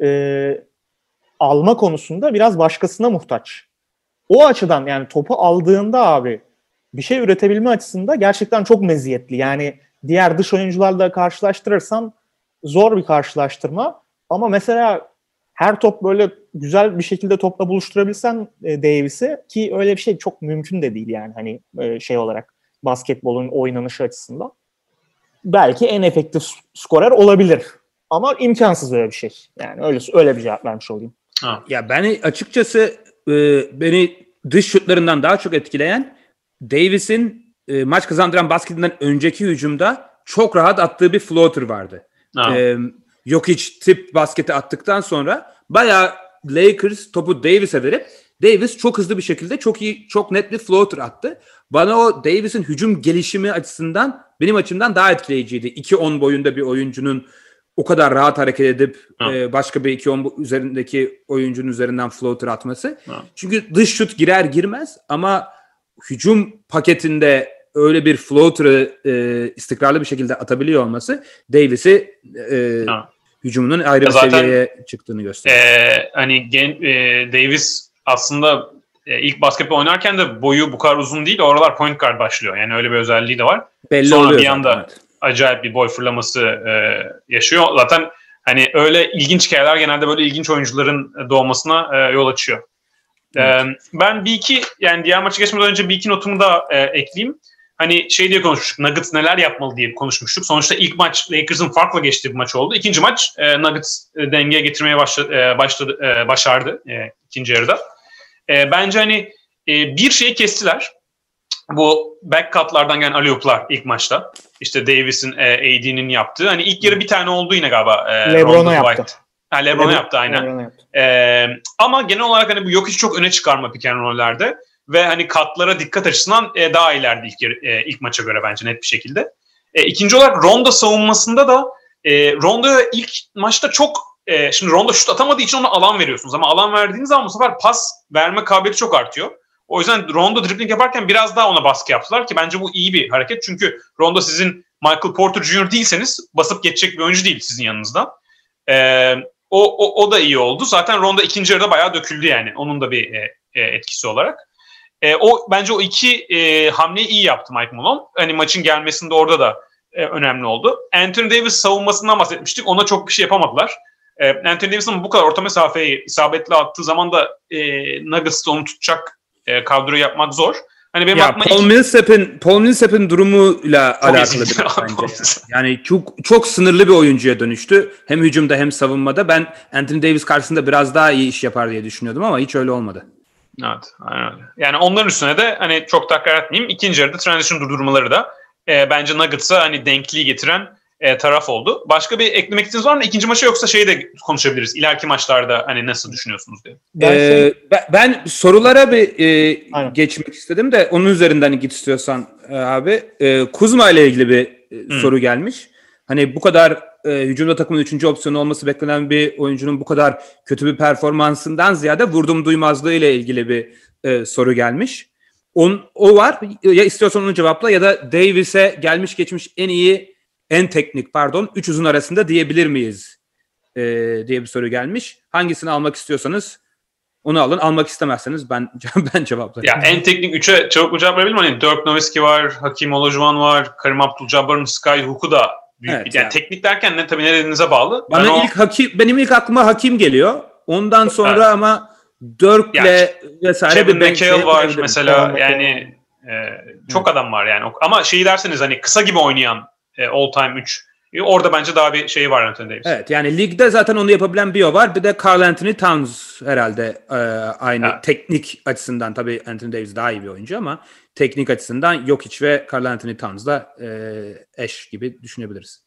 e, alma konusunda biraz başkasına muhtaç. O açıdan yani topu aldığında abi bir şey üretebilme açısından gerçekten çok meziyetli. Yani diğer dış oyuncularla karşılaştırırsan zor bir karşılaştırma. Ama mesela her top böyle güzel bir şekilde topla buluşturabilsen e, Davis'i ki öyle bir şey çok mümkün de değil yani hani e, şey olarak basketbolun oynanışı açısından. Belki en efektif skorer olabilir. Ama imkansız öyle bir şey. Yani öyle öyle bir cevap vermiş olayım. Ha. Ya beni açıkçası e, beni dış şutlarından daha çok etkileyen Davis'in e, maç kazandıran basketinden önceki hücumda çok rahat attığı bir floater vardı. E, Jokic tip basketi attıktan sonra bayağı Lakers topu Davis'e verip Davis çok hızlı bir şekilde çok iyi, çok net bir floater attı. Bana o Davis'in hücum gelişimi açısından benim açımdan daha etkileyiciydi. iki on boyunda bir oyuncunun o kadar rahat hareket edip e, başka bir iki on üzerindeki oyuncunun üzerinden floater atması. Ha. Çünkü dış şut girer girmez ama hücum paketinde öyle bir floater'ı e, istikrarlı bir şekilde atabiliyor olması Davis'i e, hücumunun ayrı bir zaten, seviyeye çıktığını gösteriyor. E, hani gen, e, Davis aslında e, ilk basketbol oynarken de boyu bu kadar uzun değil. Oralar point guard başlıyor. Yani öyle bir özelliği de var. Belli Sonra oluyor bir anda zaten, evet. acayip bir boy fırlaması e, yaşıyor. Zaten hani öyle ilginç hikayeler genelde böyle ilginç oyuncuların doğmasına e, yol açıyor. Evet. E, ben bir iki yani diğer maçı geçmeden önce bir iki notumu da e, ekleyeyim. Hani şey diye konuşmuştuk. Nuggets neler yapmalı diye konuşmuştuk. Sonuçta ilk maç Lakers'ın farkla geçtiği bir maç oldu. İkinci maç e, Nuggets e, dengeye getirmeye başladı, e, başladı e, başardı e, ikinci yarıda. E, bence hani e, bir şeyi kestiler. bu back cut'lardan gelen alley-oop'lar ilk maçta. İşte Davis'in, e, A D'nin yaptığı. Hani ilk yarı bir tane oldu yine galiba. E, LeBron'a yaptı. Ha, LeBron'a Lebron, yaptı aynen. LeBron'a yaptı. E, ama genel olarak hani bu Jokic'i çok öne çıkarma pick and roll'lerde ve hani cut'lara dikkat açısından e, daha ileride ilk, yarı, e, ilk maça göre bence net bir şekilde. E, ikinci olarak Rondo savunmasında da e, Rondo'ya ilk maçta çok e, şimdi Rondo şut atamadığı için ona alan veriyorsunuz ama alan verdiğiniz zaman bu sefer pas verme kabiliyeti çok artıyor. O yüzden Rondo dribbling yaparken biraz daha ona baskı yaptılar ki bence bu iyi bir hareket. Çünkü Rondo sizin Michael Porter Junior değilseniz basıp geçecek bir oyuncu değil sizin yanınızda. Ee, o, o, o da iyi oldu. Zaten Rondo ikinci yarıda bayağı döküldü yani. Onun da bir e, e, etkisi olarak. E, o bence o iki e, hamleyi iyi yaptı Mike Malone. Hani maçın gelmesinde orada da e, önemli oldu. Anthony Davis savunmasından bahsetmiştik. Ona çok bir şey yapamadılar. E, Anthony Davis'in bu kadar orta mesafeyi isabetli attığı zaman da e, Nuggets'ta onu tutacak e, kadroyu yapmak zor. Hani benim ya Paul iki... Millsap'in Paul Millsap'in durumuyla çok alakalı bence. Yani çok çok sınırlı bir oyuncuya dönüştü. Hem hücumda hem savunmada. Ben Anthony Davis karşısında biraz daha iyi iş yapar diye düşünüyordum ama hiç öyle olmadı. Evet, aynen öyle. Yani onların üstüne de hani çok tekrar etmeyeyim. İkinci yarıda transition durdurmaları da e, bence Nuggets'a hani denkliği getiren e, taraf oldu. Başka bir eklemek istediğiniz var mı? İkinci maça yoksa şeyi de konuşabiliriz. İleriki maçlarda hani nasıl düşünüyorsunuz diye. Ben, ee, ben, ben sorulara bir e, geçmek istedim de onun üzerinden git istiyorsan e, abi. E, Kuzma ile ilgili bir e, hmm. soru gelmiş. Hani bu kadar e, hücumda takımın üçüncü opsiyonu olması beklenen bir oyuncunun bu kadar kötü bir performansından ziyade vurdum duymazlığı ile ilgili bir e, soru gelmiş. On, o var. Ya istiyorsan onu cevapla ya da Davis'e gelmiş geçmiş en iyi en teknik pardon üç uzun arasında diyebilir miyiz e, diye bir soru gelmiş. Hangisini almak istiyorsanız onu alın. Almak istemezseniz ben ben cevaplarım. Ya en teknik üçe çabuk cevap verebilir miyim? Hani Dirk Nowitzki var, Hakeem Olajuwon var, Kareem Abdul-Jabbar'ın Sky Hook'u da büyük. Evet, yani, yani teknik derken ne tabii ne dediğinize bağlı. Bana ben ilk o... Hakim, benim ilk aklıma Hakim geliyor. Ondan sonra evet. ama Dirk'le yani, vesaire Kevin bir McHale var mesela yani e, çok evet. adam var yani. Ama şeyi derseniz hani kısa gibi oynayan e, all time üç. Orada bence daha bir şey var Anthony Davis. Evet yani ligde zaten onu yapabilen bir o var. Bir de Karl Anthony Towns herhalde e, aynı evet. teknik açısından. Tabii Anthony Davis daha iyi bir oyuncu ama teknik açısından Jokic ve Karl Anthony Towns da e, eş gibi düşünebiliriz.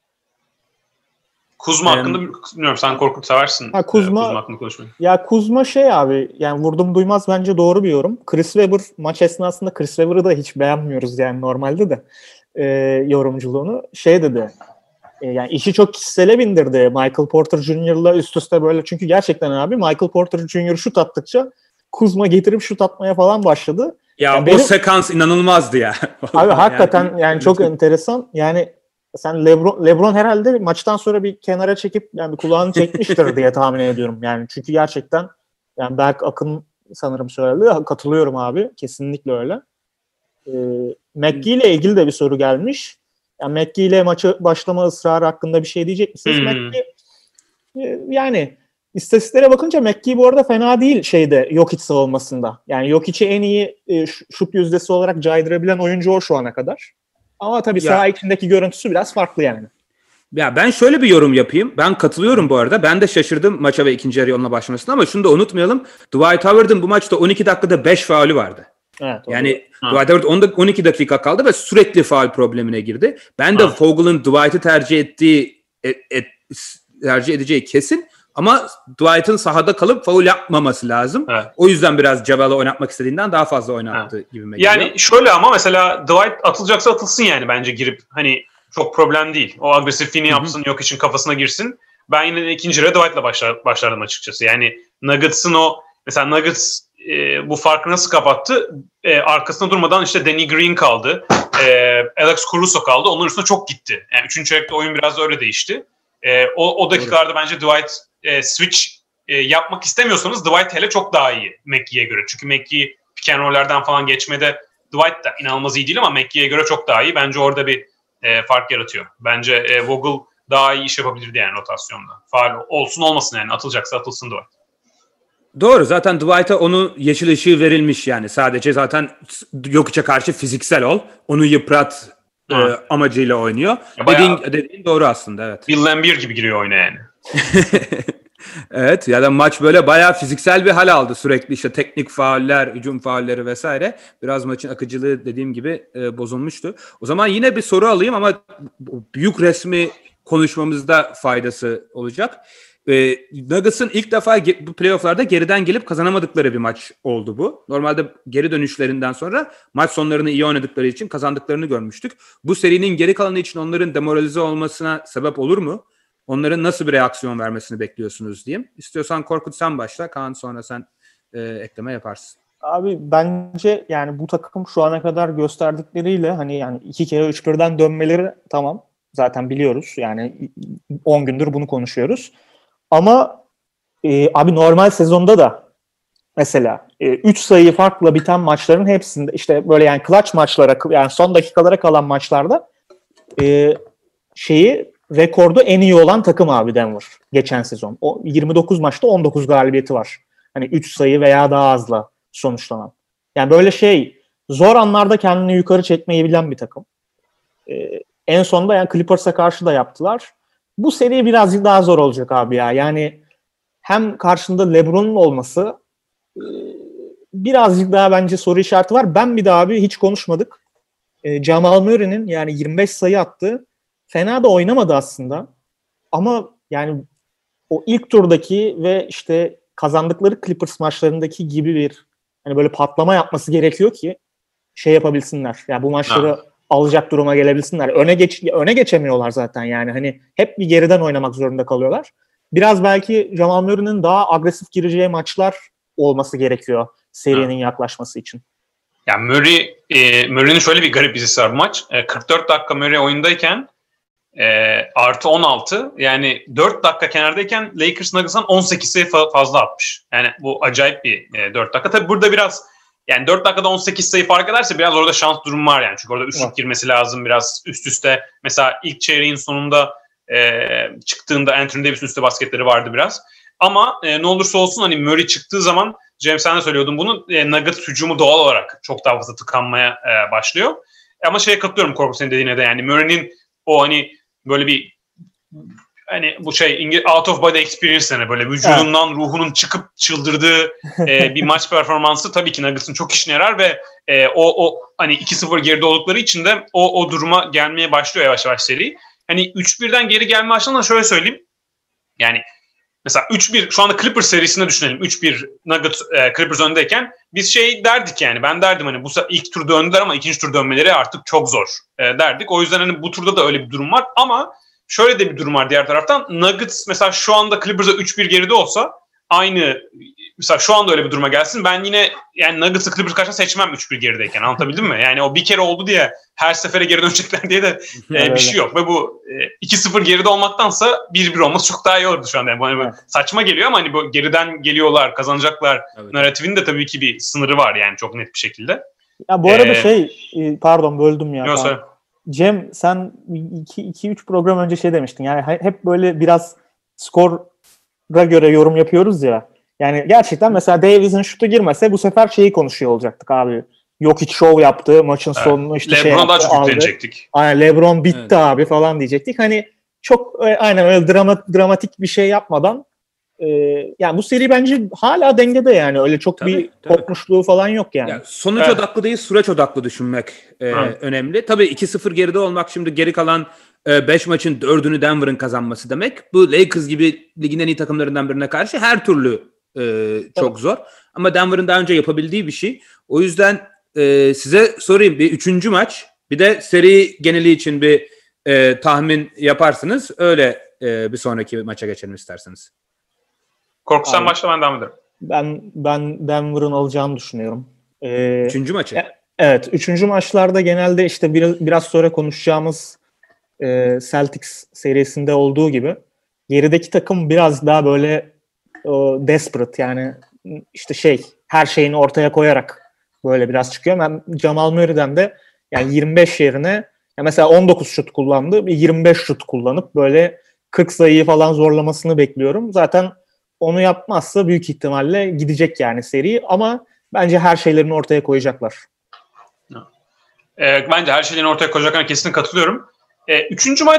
Kuzma um, hakkında bilmiyorum sen Korkut seversin. Ha, Kuzma, Kuzma hakkında konuşmayı. Ya Kuzma şey abi yani vurdum duymaz bence doğru bir yorum. Chris Webber maç esnasında Chris Webber'ı da hiç beğenmiyoruz yani normalde de e, yorumculuğunu. Şey dedi e, yani işi çok kişisele bindirdi Michael Porter Junior'la üst üste böyle çünkü gerçekten abi Michael Porter Junior şut attıkça Kuzma getirip şut atmaya falan başladı. Ya yani o benim, sekans inanılmazdı ya. Abi hakikaten yani, yani çok enteresan yani sen Lebron, Lebron herhalde maçtan sonra bir kenara çekip yani bir kulağını çekmiştir diye tahmin ediyorum. Yani çünkü gerçekten yani Berk Akın sanırım söyledi. Katılıyorum abi. Kesinlikle öyle. Ee, McGee ile ilgili de bir soru gelmiş. Yani McGee ile maçı başlama ısrarı hakkında bir şey diyecek misiniz? Hmm. McGee e, yani istatistiklere bakınca McGee bu arada fena değil şeyde Jokic savunmasında. Yani Jokic'i en iyi e, şut yüzdesi olarak caydırabilen oyuncu o şu ana kadar. Ama tabii saha içindeki görüntüsü biraz farklı yani. Ya ben şöyle bir yorum yapayım. Ben katılıyorum bu arada. Ben de şaşırdım maça ve ikinci yarı onunla başlamasına ama şunu da unutmayalım. Dwight Howard'ın bu maçta on iki dakikada beş faulü vardı. Evet, yani ha. Dwight Howard on iki dakika kaldı ve sürekli faul problemine girdi. Ben de Vogel'ın Dwight'ı tercih ettiği et, et, tercih edeceği kesin. Ama Dwight'ın sahada kalıp faul yapmaması lazım. Evet. O yüzden biraz Javel'ı oynatmak istediğinden daha fazla oynattı evet. gibime geliyor. Yani şöyle ama mesela Dwight atılacaksa atılsın yani bence girip hani çok problem değil. O agresifliğini yapsın, yok için kafasına girsin. Ben yine ikinci yarı Dwight'la başlar, başlardım açıkçası. Yani Nuggets'ın o mesela Nuggets e, bu farkı nasıl kapattı? E, arkasında durmadan işte Danny Green kaldı. E, Alex Caruso kaldı. Onların üstüne çok gitti. Yani üçüncü çeyrekte oyun biraz öyle değişti. E, o, o dakikalarda bence Dwight e, switch e, yapmak istemiyorsanız Dwight hele çok daha iyi McGee'ye göre. Çünkü McGee pick and roll'lerden falan geçmede Dwight da inanılmaz iyi değil ama McGee'ye göre çok daha iyi. Bence orada bir e, fark yaratıyor. Bence e, Vogel daha iyi iş yapabilirdi yani rotasyonda. Faal olsun olmasın yani atılacaksa atılsın Dwight. Doğru zaten Dwight'a onu yeşil ışığı verilmiş yani. Sadece zaten Jokic'e karşı fiziksel ol. Onu yıprat e, amacıyla oynuyor. Dediğin, dediğin doğru aslında evet. Bill Laimbeer gibi giriyor oyuna yani. Evet ya da maç böyle bayağı fiziksel bir hal aldı sürekli işte teknik fauller, hücum faulleri vesaire. Biraz maçın akıcılığı dediğim gibi e, bozulmuştu. O zaman yine bir soru alayım ama büyük resmi konuşmamızda faydası olacak. E, Nuggets'ın ilk defa ge- bu playofflarda geriden gelip kazanamadıkları bir maç oldu bu. Normalde geri dönüşlerinden sonra maç sonlarını iyi oynadıkları için kazandıklarını görmüştük. Bu serinin geri kalanı için onların demoralize olmasına sebep olur mu? Onların nasıl bir reaksiyon vermesini bekliyorsunuz diyeyim. İstiyorsan Korkut sen başla. Kaan sonra sen e, ekleme yaparsın. Abi bence yani bu takım şu ana kadar gösterdikleriyle hani yani iki kere üç birden dönmeleri tamam. Zaten biliyoruz. Yani on gündür bunu konuşuyoruz. Ama e, abi normal sezonda da mesela üç e, sayı farkla biten maçların hepsinde işte böyle yani clutch maçlara yani son dakikalara kalan maçlarda e, şeyi rekordu en iyi olan takım abi Denver geçen sezon. O yirmi dokuz maçta on dokuz galibiyeti var. Hani üç sayı veya daha azla sonuçlanan. Yani böyle şey zor anlarda kendini yukarı çekmeyi bilen bir takım. Ee, en sonunda yani Clippers'a karşı da yaptılar. Bu seri birazcık daha zor olacak abi ya. Yani hem karşında LeBron'un olması e, birazcık daha bence soru işareti var. Ben bir daha abi hiç konuşmadık. E, Jamal Murray'nin yani yirmi beş sayı attı. Fena da oynamadı aslında. Ama yani o ilk turdaki ve işte kazandıkları Clippers maçlarındaki gibi bir hani böyle patlama yapması gerekiyor ki şey yapabilsinler. Yani bu maçları ha. alacak duruma gelebilsinler. Öne geç öne geçemiyorlar zaten yani. Hani hep bir geriden oynamak zorunda kalıyorlar. Biraz belki Jamal Murray'nin daha agresif gireceği maçlar olması gerekiyor serinin ha. yaklaşması için. Yani Murray, e, Murray'nin şöyle bir garip dizisi var bu maç. E, kırk dört dakika Murray oyundayken e, artı on altı yani dört dakika kenardayken Lakers Nuggets'tan on sekiz sayı fa- fazla atmış. Yani bu acayip bir e, dört dakika. Tabii burada biraz yani dört dakikada on sekiz sayı fark ederse biraz orada şans durumu var yani. Çünkü orada üçlük evet. girmesi lazım biraz üst üste. Mesela ilk çeyreğin sonunda e, çıktığında Anthony Davis'in üstte basketleri vardı biraz. Ama e, ne olursa olsun hani Murray çıktığı zaman Cem sen de söylüyordun bunu. E, Nuggets hücumu doğal olarak çok daha fazla tıkanmaya e, başlıyor. E, ama şeye katılıyorum Korkut senin dediğine de yani Murray'nin o hani böyle bir hani bu şey out of body experience yani böyle vücudundan evet. ruhunun çıkıp çıldırdığı e, bir maç performansı tabii ki Nuggets'ın çok işine yarar ve e, o o hani iki sıfır geride oldukları için de o o duruma gelmeye başlıyor yavaş yavaş seri. Hani üç birden geri gelme başladığında şöyle söyleyeyim. Yani mesela üç bir şu anda Clippers serisinde düşünelim. üç bir Nuggets e, Clippers öndeyken biz şey derdik yani ben derdim hani bu ilk tur döndüler ama ikinci tur dönmeleri artık çok zor e, derdik. O yüzden hani bu turda da öyle bir durum var ama şöyle de bir durum var diğer taraftan. Nuggets mesela şu anda Clippers'a üç bir geride olsa aynı mesela şu anda öyle bir duruma gelsin. Ben yine yani Nuggets'ı Clippers karşısında seçmem üç bir gerideyken. Anlatabildim mi? Yani o bir kere oldu diye her sefere geri dönecekler diye de e, bir şey yok. Ve bu e, iki sıfır geride olmaktansa bir bir olması çok daha iyi olurdu şu anda. Yani bu, hani evet. saçma geliyor ama hani bu geriden geliyorlar, kazanacaklar. Evet. Narratifinin de tabii ki bir sınırı var yani çok net bir şekilde. Ya bu arada ee, şey pardon böldüm ya. Yok, Cem sen iki üç program önce şey demiştin. Yani hep böyle biraz skora göre yorum yapıyoruz ya. Yani gerçekten mesela Davis'in şutu girmese bu sefer şeyi konuşuyor olacaktık abi. Yok hiç şov yaptı. Maçın evet. sonunu işte LeBron şey yaptı. LeBron daha çok yüklenecektik. Aynen LeBron bitti evet. abi falan diyecektik. Hani çok aynen öyle drama, dramatik bir şey yapmadan e, yani bu seri bence hala dengede yani. Öyle çok tabii, bir tabii. kopmuşluğu falan yok yani. yani sonuç evet. odaklı değil süreç odaklı düşünmek e, önemli. Tabii iki sıfır geride olmak şimdi geri kalan beş maçın dördünü Denver'ın kazanması demek. Bu Lakers gibi ligin en iyi takımlarından birine karşı her türlü Ee, çok evet. zor. Ama Denver'ın daha önce yapabildiği bir şey. O yüzden e, size sorayım bir üçüncü maç bir de seri geneli için bir e, tahmin yaparsınız. Öyle e, bir sonraki maça geçelim isterseniz. Korku sen başla ben devam ederim. Ben, ben Denver'ın alacağını düşünüyorum. Ee, üçüncü maçı. E, evet. Üçüncü maçlarda genelde işte biraz, biraz sonra konuşacağımız e, Celtics serisinde olduğu gibi gerideki takım biraz daha böyle o desperate yani işte şey her şeyini ortaya koyarak böyle biraz çıkıyor. Ben Jamal Murray'den de yani yirmi beş yerine ya mesela on dokuz şut kullandı. Bir yirmi beş şut kullanıp böyle kırk sayıyı falan zorlamasını bekliyorum. Zaten onu yapmazsa büyük ihtimalle gidecek yani seri ama bence her şeylerini ortaya koyacaklar. E, bence her şeylerini ortaya koyacaklarına kesin katılıyorum. E, üçüncü maç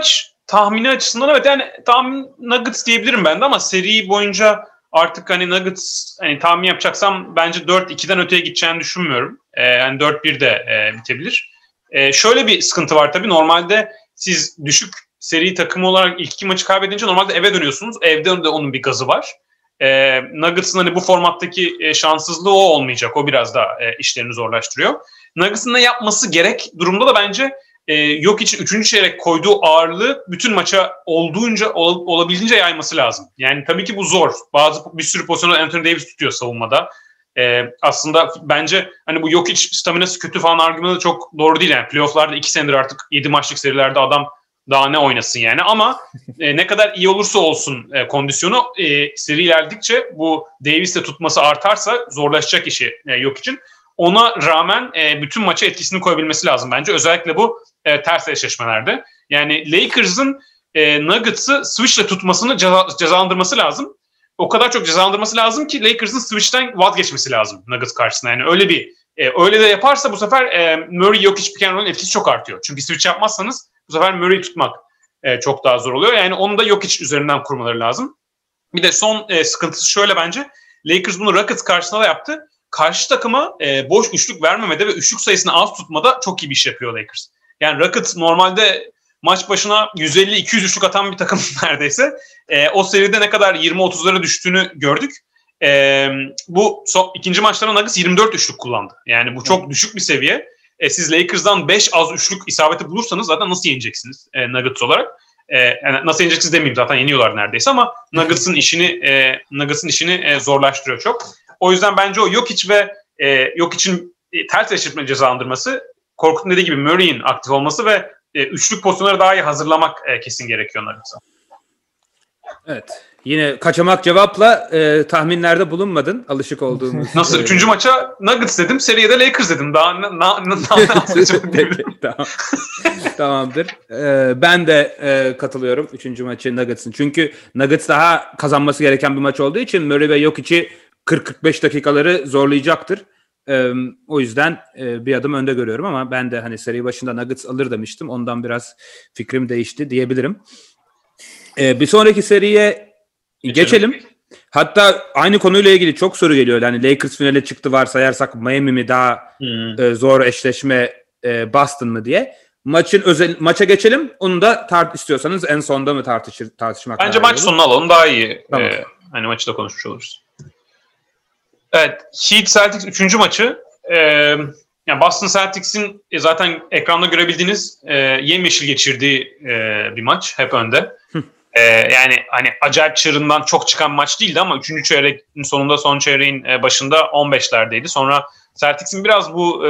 tahmini açısından evet yani tahmin Nuggets diyebilirim ben de ama seri boyunca artık hani Nuggets hani tahmin yapacaksam bence dört ikiden öteye gideceğini düşünmüyorum. Ee, yani dört bir de e, bitebilir. Ee, şöyle bir sıkıntı var tabii. Normalde siz düşük seri takımı olarak ilk iki maçı kaybedince normalde eve dönüyorsunuz. Evde de onun bir gazı var. Ee, Nuggets'ın hani bu formattaki e, şanssızlığı o olmayacak. O biraz daha e, işlerini zorlaştırıyor. Nuggets'ın ne yapması gerek durumda da bence e, yok için üçüncü çeyrek koyduğu ağırlığı bütün maça olduğunca ol, olabildiğince yayması lazım. Yani tabii ki bu zor. Bazı bir sürü pozisyonda Anthony Davis tutuyor savunmada. Ee, aslında bence hani bu yok hiç staminası kötü falan argümanı da çok doğru değil. Yani playoff'larda iki senedir artık yedi maçlık serilerde adam daha ne oynasın yani. Ama e, ne kadar iyi olursa olsun e, kondisyonu e, seri ilerledikçe bu Davis'le tutması artarsa zorlaşacak işi e, yok için. Ona rağmen e, bütün maça etkisini koyabilmesi lazım bence. Özellikle bu e, ters eşleşmelerde. Yani Lakers'ın e, Nuggets'ı switch'le tutmasını ceza, cezalandırması lazım. O kadar çok cezalandırması lazım ki Lakers'ın switch'ten vazgeçmesi lazım Nuggets karşısında. Yani öyle bir e, öyle de yaparsa bu sefer e, Murray Jokic pick and roll'un etkisi çok artıyor. Çünkü switch yapmazsanız bu sefer Murray'i tutmak e, çok daha zor oluyor. Yani onu da Jokic üzerinden kurmaları lazım. Bir de son e, sıkıntısı şöyle bence. Lakers bunu Rockets karşısında da yaptı. Karşı takıma e, boş üçlük vermemede ve üçlük sayısını az tutmada çok iyi bir iş yapıyor Lakers. Yani Rockets normalde maç başına yüz elli iki yüz üçlük atan bir takım neredeyse. E, o seride ne kadar yirmi otuzlara düştüğünü gördük. E, bu so, ikinci maçta Nuggets yirmi dört üçlük kullandı. Yani bu çok düşük bir seviye. E, siz Lakers'dan beş az üçlük isabeti bulursanız zaten nasıl yeneceksiniz e, Nuggets olarak? E, yani nasıl yeneceksiniz demeyeyim, zaten yeniyorlar neredeyse ama Nuggets'ın işini e, Nuggets'ın işini e, zorlaştırıyor çok. O yüzden bence o Jokic ve e, Jokic'in e, ters eşleşme cezalandırması, Korkut'un dediği gibi Murray'in aktif olması ve e, üçlük pozisyonları daha iyi hazırlamak e, kesin gerekiyor Nuggets'a. Evet. Yine kaçamak cevapla e, tahminlerde bulunmadın. Alışık olduğumuz. Nasıl? E, Üçüncü maça Nuggets dedim. Seriye de Lakers dedim. Daha ne na, na, tamam. Tamamdır. E, ben de e, katılıyorum üçüncü maçı Nuggets'ın. Çünkü Nuggets daha kazanması gereken bir maç olduğu için Murray ve Jokic'i kırk kırk beş dakikaları zorlayacaktır. E, o yüzden e, bir adım önde görüyorum ama ben de hani seri başında Nuggets alır demiştim. Ondan biraz fikrim değişti diyebilirim. E, bir sonraki seriye geçelim. geçelim. Hatta aynı konuyla ilgili çok soru geliyor. Yani Lakers finale çıktı varsayarsak Miami mi daha hmm. e, zor eşleşme, e, Boston mı diye. Maçın özel maça geçelim. Onu da tart istiyorsanız en sonda mı tartışır tartışmak? Bence maç sonuna alalım daha iyi. Tamam. Ee, hani maçı da konuşmuş oluruz. Evet, Heat Celtics üçüncü maçı. Ee, yani Boston Celtics'in e, zaten ekranda görebildiğiniz e, yemyeşil geçirdiği e, bir maç, hep önde. Ee, yani hani acayip çığırından çok çıkan maç değildi ama üçüncü çeyreğin sonunda, son çeyreğin başında on beşlerdeydi. Sonra Celtics'in biraz bu e,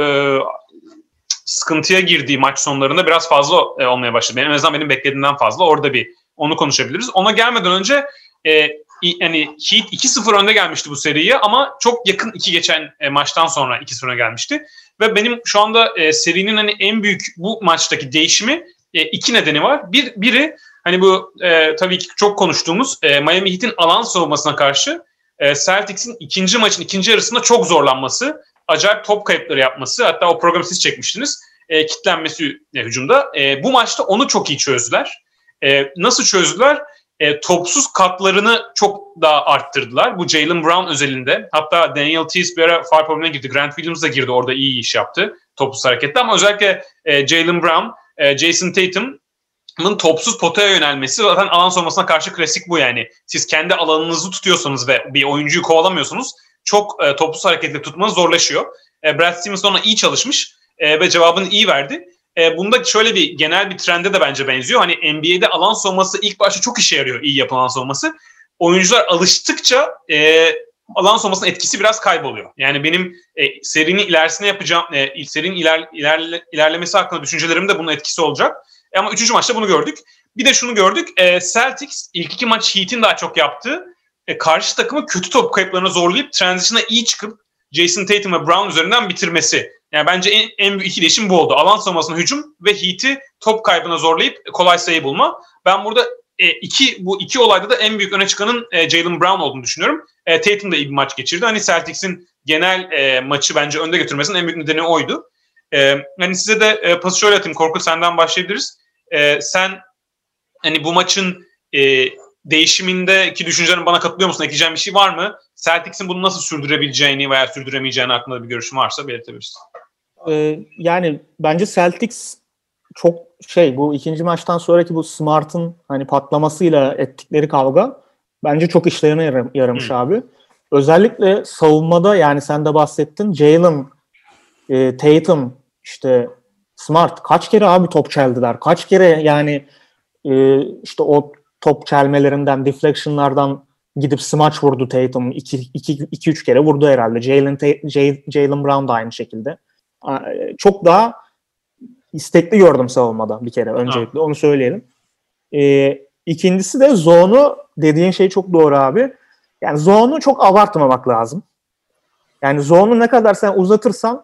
sıkıntıya girdiği maç sonlarında biraz fazla e, olmaya başladı. Benim, en azından benim beklediğimden fazla. Orada bir onu konuşabiliriz. Ona gelmeden önce e, yani Heat iki sıfır önde gelmişti bu seriye ama çok yakın iki geçen e, maçtan sonra iki sıfır öne gelmişti. Ve benim şu anda e, serinin hani en büyük bu maçtaki değişimi e, iki nedeni var. Bir biri hani bu e, tabii ki çok konuştuğumuz e, Miami Heat'in alan savunmasına karşı e, Celtics'in ikinci maçın ikinci yarısında çok zorlanması, acayip top kayıpları yapması, hatta o programı siz çekmiştiniz, e, kitlenmesi e, hücumda. E, bu maçta onu çok iyi çözdüler. E, nasıl çözdüler? E, topsuz katlarını çok daha arttırdılar. Bu Jaylen Brown özelinde. Hatta Daniel Theis bir ara foul problemine girdi. Grant Williams da girdi, orada iyi iş yaptı topsuz harekette. Ama özellikle e, Jaylen Brown, e, Jason Tatum topsuz potaya yönelmesi zaten alan savunmasına karşı klasik bu yani. Siz kendi alanınızı tutuyorsanız ve bir oyuncuyu kovalamıyorsunuz, çok e, topsuz hareketle tutmanız zorlaşıyor. E, Brad Stevens ona iyi çalışmış e, ve cevabını iyi verdi. E, bunda şöyle bir genel bir trende de bence benziyor. Hani N B A'de alan savunması ilk başta çok işe yarıyor, iyi yapılan alan savunması. Oyuncular alıştıkça e, alan savunmasının etkisi biraz kayboluyor. Yani benim e, serinin ilerisine yapacağım, e, serinin iler, ilerle, ilerlemesi hakkında düşüncelerim de bunun etkisi olacak. Ama üçüncü maçta bunu gördük. Bir de şunu gördük. E, Celtics ilk iki maç Heat'in daha çok yaptığı, e, karşı takımı kötü top kayıplarına zorlayıp transition'a iyi çıkıp Jason Tatum ve Brown üzerinden bitirmesi. Yani bence en, en büyük iki değişim bu oldu. Alan savunmasına hücum ve Heat'i top kaybına zorlayıp kolay sayı bulma. Ben burada e, iki bu iki olayda da en büyük öne çıkanın e, Jaylen Brown olduğunu düşünüyorum. E, Tatum da iyi bir maç geçirdi. Hani Celtics'in genel e, maçı bence önde götürmesinin en büyük nedeni oydu. Ee, yani size de e, pası şöyle atayım. Korkut, senden başlayabiliriz. Ee, sen hani bu maçın e, değişimindeki düşüncelerin bana katılıyor musun? Ekleyeceğin bir şey var mı? Celtics'in bunu nasıl sürdürebileceğini veya sürdüremeyeceğini hakkında bir görüşün varsa belirtebilirsin. Ee, yani bence Celtics çok şey, bu ikinci maçtan sonraki bu Smart'ın hani patlamasıyla ettikleri kavga bence çok işlerine yar- yaramış hmm. abi. Özellikle savunmada, yani sen de bahsettin, Jalen, e, Tatum, işte Smart kaç kere abi top çeldiler. Kaç kere yani e, işte o top çelmelerinden, deflection'lardan gidip smaç vurdu Tatum. iki üç kere vurdu herhalde. Jalen, Jalen Brown da aynı şekilde. Çok daha istekli gördüm savunmada bir kere öncelikle. Ha. Onu söyleyelim. Ee, ikincisi de zone'u, dediğin şey çok doğru abi. Yani zone'u çok abartmamak lazım. Yani zone'u ne kadar sen uzatırsan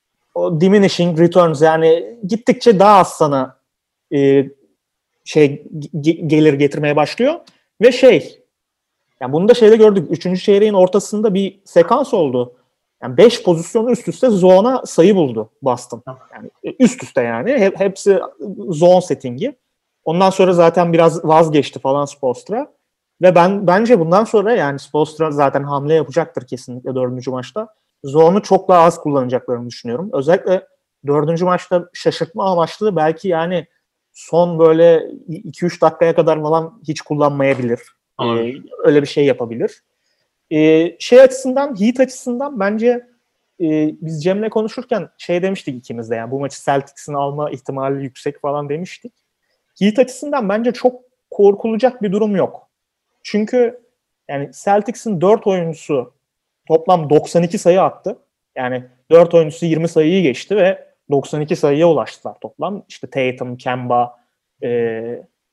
o diminishing returns, yani gittikçe daha az sana e, şey ge- gelir getirmeye başlıyor. Ve şey, yani bunu da şeyde gördük. Üçüncü çeyreğin ortasında bir sekans oldu. Yani beş pozisyonu üst üste zone'a sayı buldu Boston. Yani üst üste yani. Hep, hepsi zone settingi. Ondan sonra zaten biraz vazgeçti falan Spoelstra. Ve ben bence bundan sonra yani Spoelstra zaten hamle yapacaktır kesinlikle dördüncü maçta. Zone'u çok daha az kullanacaklarını düşünüyorum. Özellikle dördüncü maçta şaşırtma amaçlı belki yani son böyle iki üç dakikaya kadar falan hiç kullanmayabilir. Ee, öyle bir şey yapabilir. Ee, şey açısından, Heat açısından bence e, biz Cem'le konuşurken şey demiştik ikimiz de, yani bu maçı Celtics'in alma ihtimali yüksek falan demiştik. Heat açısından bence çok korkulacak bir durum yok. Çünkü yani Celtics'in dört oyuncusu toplam doksan iki sayı attı. Yani dört oyuncusu yirmi sayıyı geçti ve doksan iki sayıya ulaştılar toplam. İşte Tatum, Kemba, e,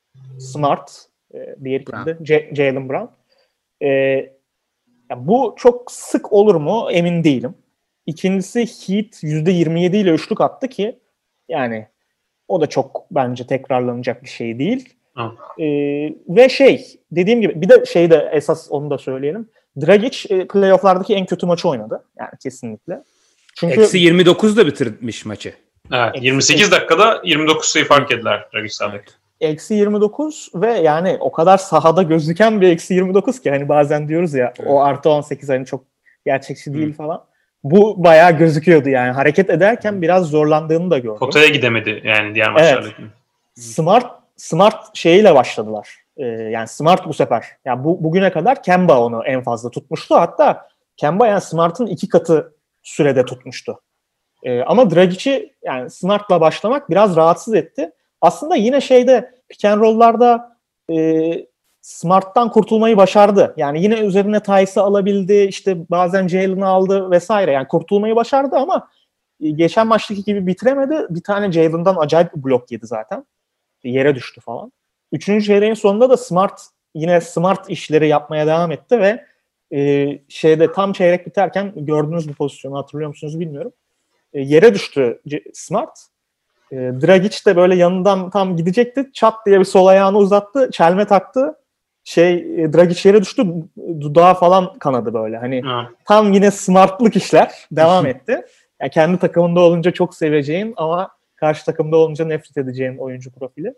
Smart, e, diğer kimde? J- Jalen Brown. E, yani bu çok sık olur mu emin değilim. İkincisi Heat yüzde yirmi yedi ile üçlük attı ki yani o da çok bence tekrarlanacak bir şey değil. Ee, ve şey, dediğim gibi bir de şey de esas, onu da söyleyelim. Dragic e, playoff'lardaki en kötü maçı oynadı. Yani kesinlikle. Çünkü eksi yirmi dokuzda bitirmiş maçı. Evet, yirmi sekiz dakikada yirmi dokuz sayı fark ettiler Dragic'lerdeki. Eksi yirmi dokuz ve yani o kadar sahada gözüken bir eksi yirmi dokuz ki hani bazen diyoruz ya evet, o artı on sekiz hani çok gerçekçi değil Hı. falan. Bu bayağı gözüküyordu yani. Hareket ederken biraz zorlandığını da gördüm. Potaya gidemedi yani diğer maçlardaki. Evet. Smart Smart şeyiyle başladılar. Ee, yani Smart bu sefer. Yani bu bugüne kadar Kemba onu en fazla tutmuştu. Hatta Kemba yani Smart'ın iki katı sürede tutmuştu. Ee, ama Dragic'i yani Smart'la başlamak biraz rahatsız etti. Aslında yine şeyde pick and roll'larda e, Smart'tan kurtulmayı başardı. Yani yine üzerine Tyce'ı alabildi. İşte bazen Jalen'ı aldı vesaire. Yani kurtulmayı başardı ama e, geçen maçtaki gibi bitiremedi. Bir tane Jalen'dan acayip bir blok yedi zaten. Yere düştü falan. Üçüncü çeyreğin sonunda da Smart yine Smart işleri yapmaya devam etti ve e, şeyde tam çeyrek biterken gördüğünüz bir pozisyonu hatırlıyor musunuz bilmiyorum. E, yere düştü Smart. E, Dragic de böyle yanından tam gidecekti. Çat diye bir sol ayağını uzattı. Çelme taktı. Şey e, Dragic yere düştü. Dudağı falan kanadı böyle. Hani hmm. tam yine Smart'lık işler devam etti. Yani kendi takımında olunca çok seveceğin ama karşı takımda olunca nefret edeceğin oyuncu profili.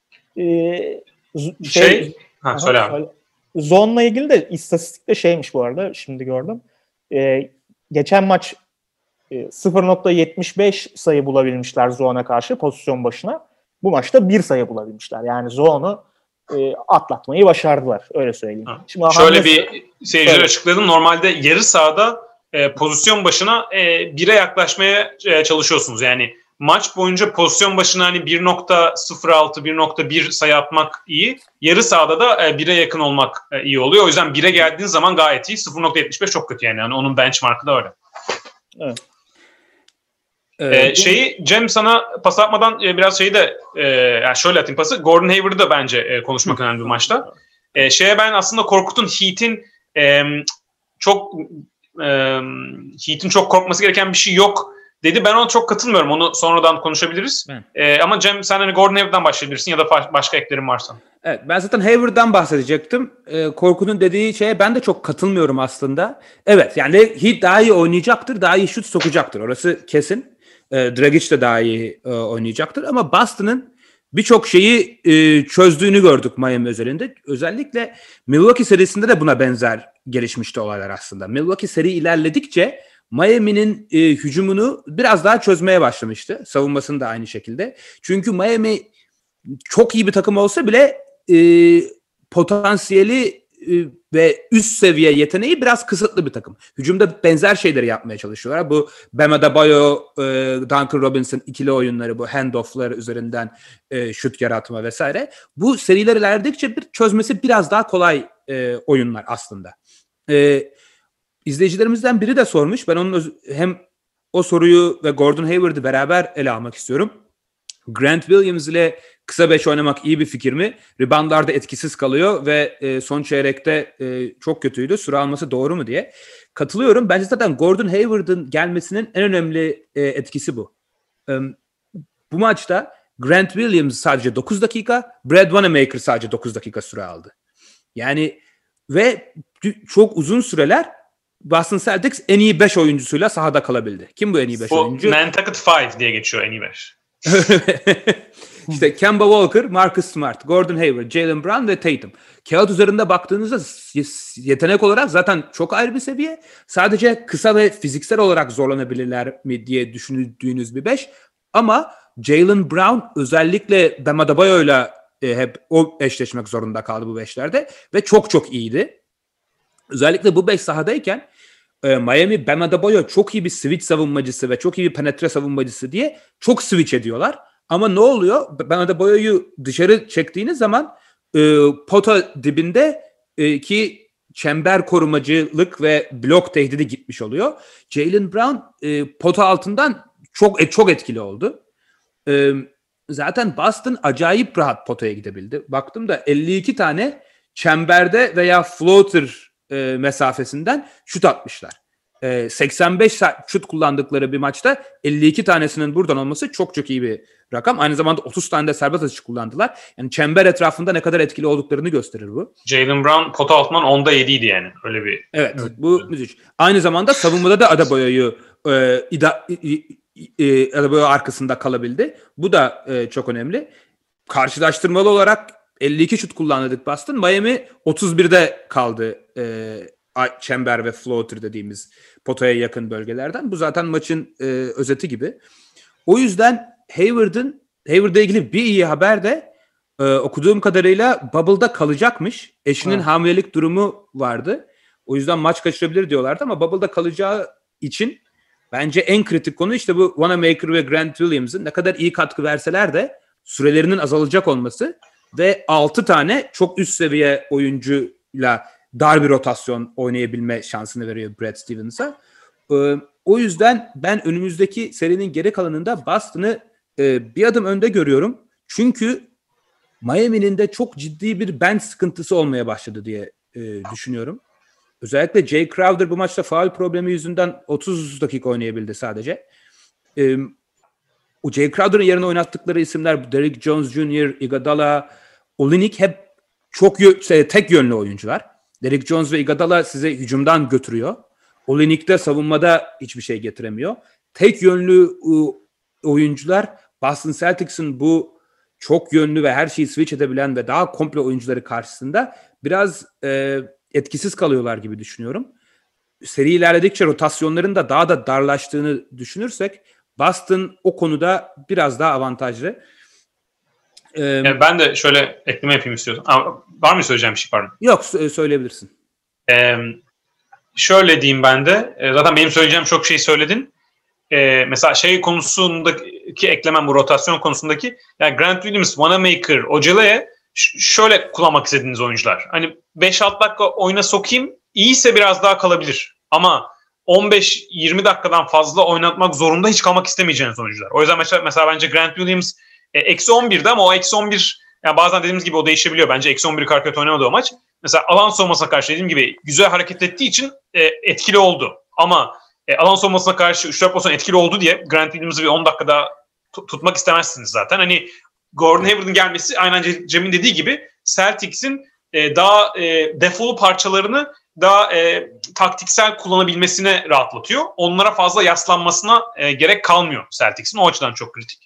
Ee, şey, şey ha, aha, söyle abi. Zone'la ilgili de istatistikte şeymiş bu arada. Şimdi gördüm. Ee, geçen maç e, sıfır nokta yetmiş beş sayı bulabilmişler zone'a karşı pozisyon başına. Bu maçta bir sayı bulabilmişler. Yani zone'u e, atlatmayı başardılar. Öyle söyleyeyim. Şimdi şöyle bir seyirciler açıkladım. Normalde yarı sahada e, pozisyon başına e, bire yaklaşmaya e, çalışıyorsunuz. Yani maç boyunca pozisyon başına hani bir nokta sıfır altı bir nokta bir sayı atmak iyi. Yarı sahada da e, bire yakın olmak e, iyi oluyor. O yüzden bire geldiğin zaman gayet iyi. sıfır nokta yetmiş beş çok kötü yani. yani onun benchmark'ı da öyle. Evet. Ee, şeyi Cem sana pas atmadan e, biraz şeyi de e, yani şöyle atayım pası. Gordon Hayward'ı da bence e, konuşmak önemli bir maçta. E, şeye ben aslında Korkut'un Heat'in e, çok e, Heat'in çok korkması gereken bir şey yok dedi. Ben ona çok katılmıyorum. Onu sonradan konuşabiliriz. E, ama Cem sen hani Gordon Hayward'dan başlayabilirsin ya da başka eklerin varsa. Evet, ben zaten Hayward'dan bahsedecektim. E, Korkut'un dediği şeye ben de çok katılmıyorum aslında. Evet, yani Heat daha iyi oynayacaktır, daha iyi şut sokacaktır. Orası kesin. E, Dragic de daha iyi e, oynayacaktır. Ama Boston'ın birçok şeyi e, çözdüğünü gördük Miami özelinde. Özellikle Milwaukee serisinde de buna benzer gelişmişti olaylar aslında. Milwaukee seri ilerledikçe Miami'nin e, hücumunu biraz daha çözmeye başlamıştı. Savunmasını da aynı şekilde. Çünkü Miami çok iyi bir takım olsa bile e, potansiyeli e, ve üst seviye yeteneği biraz kısıtlı bir takım. Hücumda benzer şeyleri yapmaya çalışıyorlar. Bu Bam Adebayo, e, Duncan Robinson ikili oyunları, bu handoff'lar üzerinden e, şut yaratma vesaire. Bu seriler ilerledikçe bir çözmesi biraz daha kolay e, oyunlar aslında. E, izleyicilerimizden biri de sormuş. Ben onun öz- hem o soruyu ve Gordon Hayward'ı beraber ele almak istiyorum. Grant Williams ile kısa beş oynamak iyi bir fikir mi? Reboundlarda etkisiz kalıyor ve e, son çeyrekte e, çok kötüydü. Süre alması doğru mu diye. Katılıyorum. Bence zaten Gordon Hayward'ın gelmesinin en önemli e, etkisi bu. E, bu maçta Grant Williams sadece dokuz dakika, Brad Wanamaker sadece dokuz dakika süre aldı. Yani ve çok uzun süreler Boston Celtics en iyi beş oyuncusuyla sahada kalabildi. Kim bu en iyi beş oyuncu? Nantucket beş diye geçiyor en iyi beş. İşte Kemba Walker, Marcus Smart, Gordon Hayward, Jaylen Brown ve Tatum. Kağıt üzerinde baktığınızda yetenek olarak zaten çok ayrı bir seviye. Sadece kısa ve fiziksel olarak zorlanabilirler mi diye düşündüğünüz bir beş. Ama Jaylen Brown özellikle Bam Adebayo'yla e, hep o eşleşmek zorunda kaldı bu beşlerde ve çok çok iyiydi. Özellikle bu beş sahadayken e, Miami Bam Adebayo çok iyi bir switch savunmacısı ve çok iyi bir penetre savunmacısı diye çok switch ediyorlar. Ama ne oluyor? Bam Adebayo'yu dışarı çektiğiniz zaman e, pota dibinde e, ki çember korumacılık ve blok tehdidi gitmiş oluyor. Jaylen Brown e, pota altından çok e, çok etkili oldu. E, zaten Boston acayip rahat potaya gidebildi. Baktım da elli iki tane çemberde veya floater e, mesafesinden şut atmışlar. E, seksen beş şut kullandıkları bir maçta elli iki tanesinin buradan olması çok çok iyi bir rakam. Aynı zamanda otuz tane de serbest atış kullandılar. Yani çember etrafında ne kadar etkili olduklarını gösterir bu. Jaylen Brown pota altından onda yediydi yani. Öyle bir. Evet, evet. Bu müthiş. Aynı zamanda savunmada da Adebayo'yu e, ida, e, Adebayo arkasında kalabildi. Bu da e, çok önemli. Karşılaştırmalı olarak elli iki şut kullandık Boston. Miami otuz birde kaldı e, çember ve floater dediğimiz potaya yakın bölgelerden. Bu zaten maçın e, özeti gibi. O yüzden Hayward'ın Hayward'la ilgili bir iyi haber de e, okuduğum kadarıyla Bubble'da kalacakmış. Eşinin ha. hamilelik durumu vardı. O yüzden maç kaçırabilir diyorlardı ama Bubble'da kalacağı için bence en kritik konu işte bu Wanamaker ve Grant Williams'ın ne kadar iyi katkı verseler de sürelerinin azalacak olması ve altı tane çok üst seviye oyuncuyla dar bir rotasyon oynayabilme şansını veriyor Brad Stevens'a. Ee, o yüzden ben önümüzdeki serinin geri kalanında Boston'ı e, bir adım önde görüyorum. Çünkü Miami'nin de çok ciddi bir bench sıkıntısı olmaya başladı diye e, düşünüyorum. Özellikle Jay Crowder bu maçta faul problemi yüzünden otuz dakika oynayabildi sadece. E, o Jay Crowder'ın yerine oynattıkları isimler Derrick Jones Junior, Iguodala, Olynyk hep çok yö- tek yönlü oyuncular. Derrick Jones ve Iguodala size hücumdan götürüyor. Olynyk de savunmada hiçbir şey getiremiyor. Tek yönlü ıı, oyuncular Boston Celtics'in bu çok yönlü ve her şeyi switch edebilen ve daha komple oyuncuları karşısında biraz e, etkisiz kalıyorlar gibi düşünüyorum. Seri ilerledikçe rotasyonların da daha da darlaştığını düşünürsek Boston o konuda biraz daha avantajlı. Ee, yani ben de şöyle ekleme yapayım istiyorum. Ama var mı söyleyeceğim bir şey pardon? Yok söyleyebilirsin. Ee, şöyle diyeyim ben de. Zaten benim söyleyeceğim çok şey söyledin. Ee, mesela şey konusundaki eklemem bu rotasyon konusundaki yani Grant Williams, Wanamaker, Ojeleye ş- şöyle kullanmak istediğiniz oyuncular. Hani beş altı dakika oyuna sokayım iyiyse biraz daha kalabilir. Ama on beş yirmi dakikadan fazla oynatmak zorunda hiç kalmak istemeyeceğiniz oyuncular. O yüzden mesela, mesela bence Grant Williams eksi on birde ama o eksi on bir yani bazen dediğimiz gibi o değişebiliyor. Bence eksi on bir karşı oynamadı o maç. Mesela alan savunmasına karşı dediğim gibi güzel hareket ettiği için e, etkili oldu. Ama e, alan savunmasına karşı üç dört pozisyon etkili oldu diye Grant Williams'ı bir on dakika daha t- tutmak istemezsiniz zaten. Hani Gordon Hayward'ın gelmesi aynen Cem'in dediği gibi Celtics'in e, daha e, defolu parçalarını daha e, taktiksel kullanabilmesine rahatlatıyor. Onlara fazla yaslanmasına e, gerek kalmıyor Celtics'in. O açıdan çok kritik.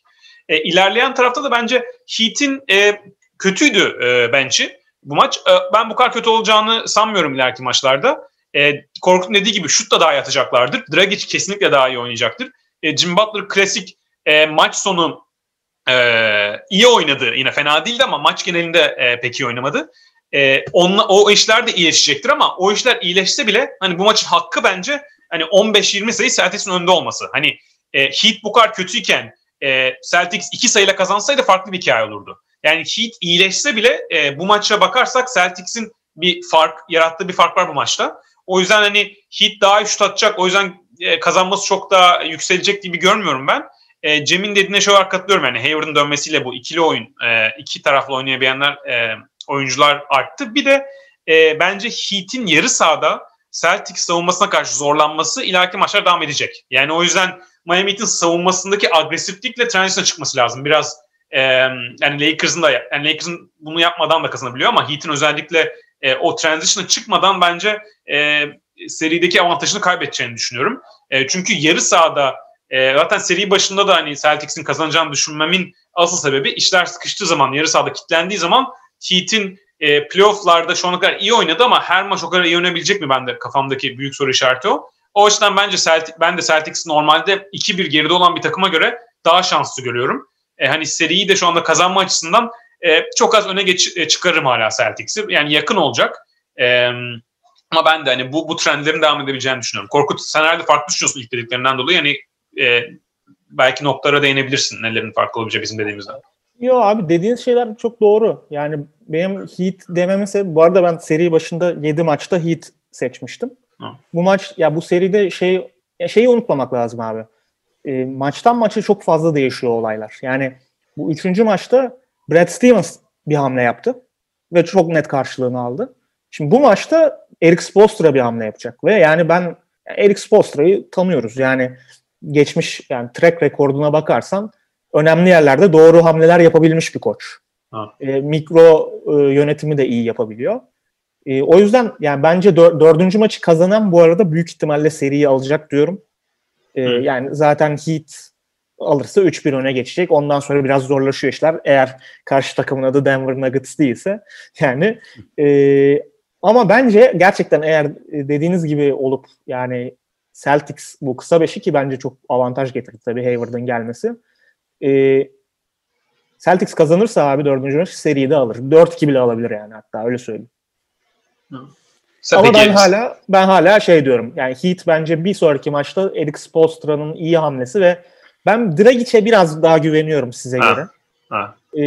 E, ilerleyen tarafta da bence Heat'in e, kötüydü e, bench'i bu maç. E, ben bu kadar kötü olacağını sanmıyorum ileriki maçlarda. E, Korkut'un dediği gibi şut da daha iyi atacaklardır. Dragic kesinlikle daha iyi oynayacaktır. E, Jim Butler klasik e, maç sonu e, iyi oynadı. Yine fena değildi ama maç genelinde e, pek iyi oynamadı. E, onla, o işler de iyileşecektir ama o işler iyileşse bile hani bu maçın hakkı bence hani on beş yirmi sayı Celtics'in önde olması. Hani e, Heat bu kadar kötüyken e, Celtics iki sayıyla kazansaydı farklı bir hikaye olurdu. Yani Heat iyileşse bile e, bu maça bakarsak Celtics'in bir fark yarattığı bir fark var bu maçta. O yüzden hani Heat daha iyi şut atacak. O yüzden e, kazanması çok daha yükselecek gibi görmüyorum ben. E, Cem'in dediğine şu olarak katılıyorum. Yani Hayward'ın dönmesiyle bu ikili oyun, e, iki taraflı oynayabilenler e, oyuncular arttı. Bir de e, bence Heat'in yarı sahada Celtics savunmasına karşı zorlanması ileriki maçlar devam edecek. Yani o yüzden Miami Heat'in savunmasındaki agresiflikle transition'a çıkması lazım. Biraz e, yani Lakers'ın da yani Lakers'ın bunu yapmadan da kazanabiliyor ama Heat'in özellikle e, o transition'a çıkmadan bence e, serideki avantajını kaybedeceğini düşünüyorum. E, çünkü yarı sahada e, zaten seri başında da hani Celtics'in kazanacağını düşünmemin asıl sebebi işler sıkıştığı zaman, yarı sahada kilitlendiği zaman Heat'in e, playoff'larda şu ana kadar iyi oynadı ama her maç o kadar iyi oynayabilecek mi? Ben de kafamdaki büyük soru işareti o. O açıdan bence Celtic, ben de Celtics'i normalde iki bir geride olan bir takıma göre daha şanslı görüyorum. E, hani seriyi de şu anda kazanma açısından e, çok az öne geç, e, çıkarırım hala Celtics'i. Yani yakın olacak. E, ama ben de hani bu bu trendlerin devam edebileceğini düşünüyorum. Korkut, sen herhalde farklı düşünüyorsun ilk dediklerinden dolayı. Yani e, belki noktalara değinebilirsin nelerin farklı olabileceği bizim dediğimizden. Yo abi, dediğiniz şeyler çok doğru. Yani benim Heat dememin sebebi, bu arada ben seri başında yedi maçta Heat seçmiştim. Hı. Bu maç, ya bu seride şey ya şeyi unutmamak lazım abi. E, maçtan maça çok fazla değişiyor olaylar. Yani bu üçüncü maçta Brad Stevens bir hamle yaptı ve çok net karşılığını aldı. Şimdi bu maçta Erik Spoelstra bir hamle yapacak ve yani ben Erik Spoelstra'yı tanıyoruz. Yani geçmiş, yani track rekorduna bakarsan önemli yerlerde doğru hamleler yapabilmiş bir koç. E, mikro e, yönetimi de iyi yapabiliyor. E, o yüzden yani bence dör, dördüncü maçı kazanan bu arada büyük ihtimalle seriyi alacak diyorum. E, yani zaten Heat alırsa üç bir öne geçecek. Ondan sonra biraz zorlaşıyor işler. Eğer karşı takımın adı Denver Nuggets değilse. Yani e, ama bence gerçekten eğer dediğiniz gibi olup yani Celtics bu kısa beşi, ki bence çok avantaj getirdi tabii Hayward'ın gelmesi. Ee, Celtics kazanırsa abi dördüncü maç seriyi de alır. dört iki bile alabilir yani, hatta öyle söyleyeyim. Hı. Ama ben hala ben hala şey diyorum. Yani Heat bence bir sonraki maçta Erik Spoelstra'nın iyi hamlesi ve ben Dragic'e biraz daha güveniyorum size ha. göre. Ha. Ee,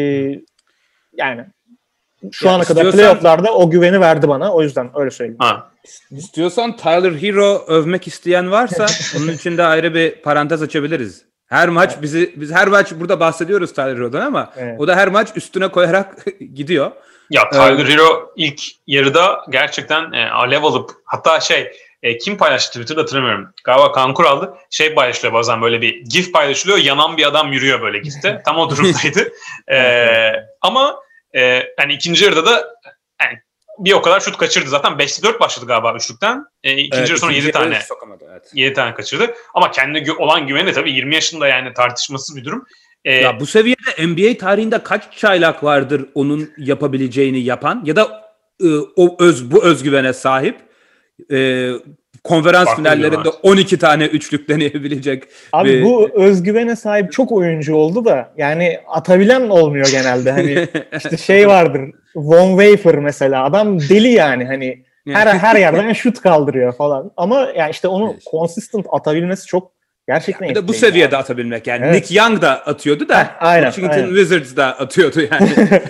yani şu ya ana istiyorsan, kadar playoff'larda o güveni verdi bana. O yüzden öyle söyleyeyim. Ha. İstiyorsan Tyler Hero övmek isteyen varsa onun için de ayrı bir parantez açabiliriz. Her maç evet. bizi biz her maç burada bahsediyoruz Tyler Hero'dan ama evet. o da her maç üstüne koyarak gidiyor. Ya Tyler ee, Hero ilk yarıda gerçekten e, alev alıp, hatta şey e, kim paylaştı Twitter'da hatırlamıyorum. Galiba Kankur aldı. Şey paylaşılıyor bazen, böyle bir gif paylaşılıyor. Yanan bir adam yürüyor böyle gifte. Tam o durumdaydı. e, ama e, yani ikinci yarıda da yani bir o kadar şut kaçırdı. Zaten beşte dört başladı galiba üçlükten. E, ikinci evet, yarı sonra yedi tane. Evet. yedi tane kaçırdı. Ama kendine gü- olan güveni de tabii yirmi yaşında, yani tartışmasız bir durum. Ee, ya bu seviyede N B A tarihinde kaç çaylak vardır onun yapabileceğini yapan ya da e, o öz bu özgüvene sahip e, konferans Farklı finallerinde on iki tane üçlük deneyebilecek. Abi bir... bu özgüvene sahip çok oyuncu oldu da yani atabilen olmuyor genelde. Hani işte şey vardır, Von Wafer mesela, adam deli yani, hani her her yerden şut kaldırıyor falan. Ama yani işte onu evet. consistent atabilmesi çok gerçekten. Bir de bu seviyede abi. Atabilmek yani. Evet. Nick Young da atıyordu da Heh, aynen, Washington aynen. Wizards da atıyordu yani.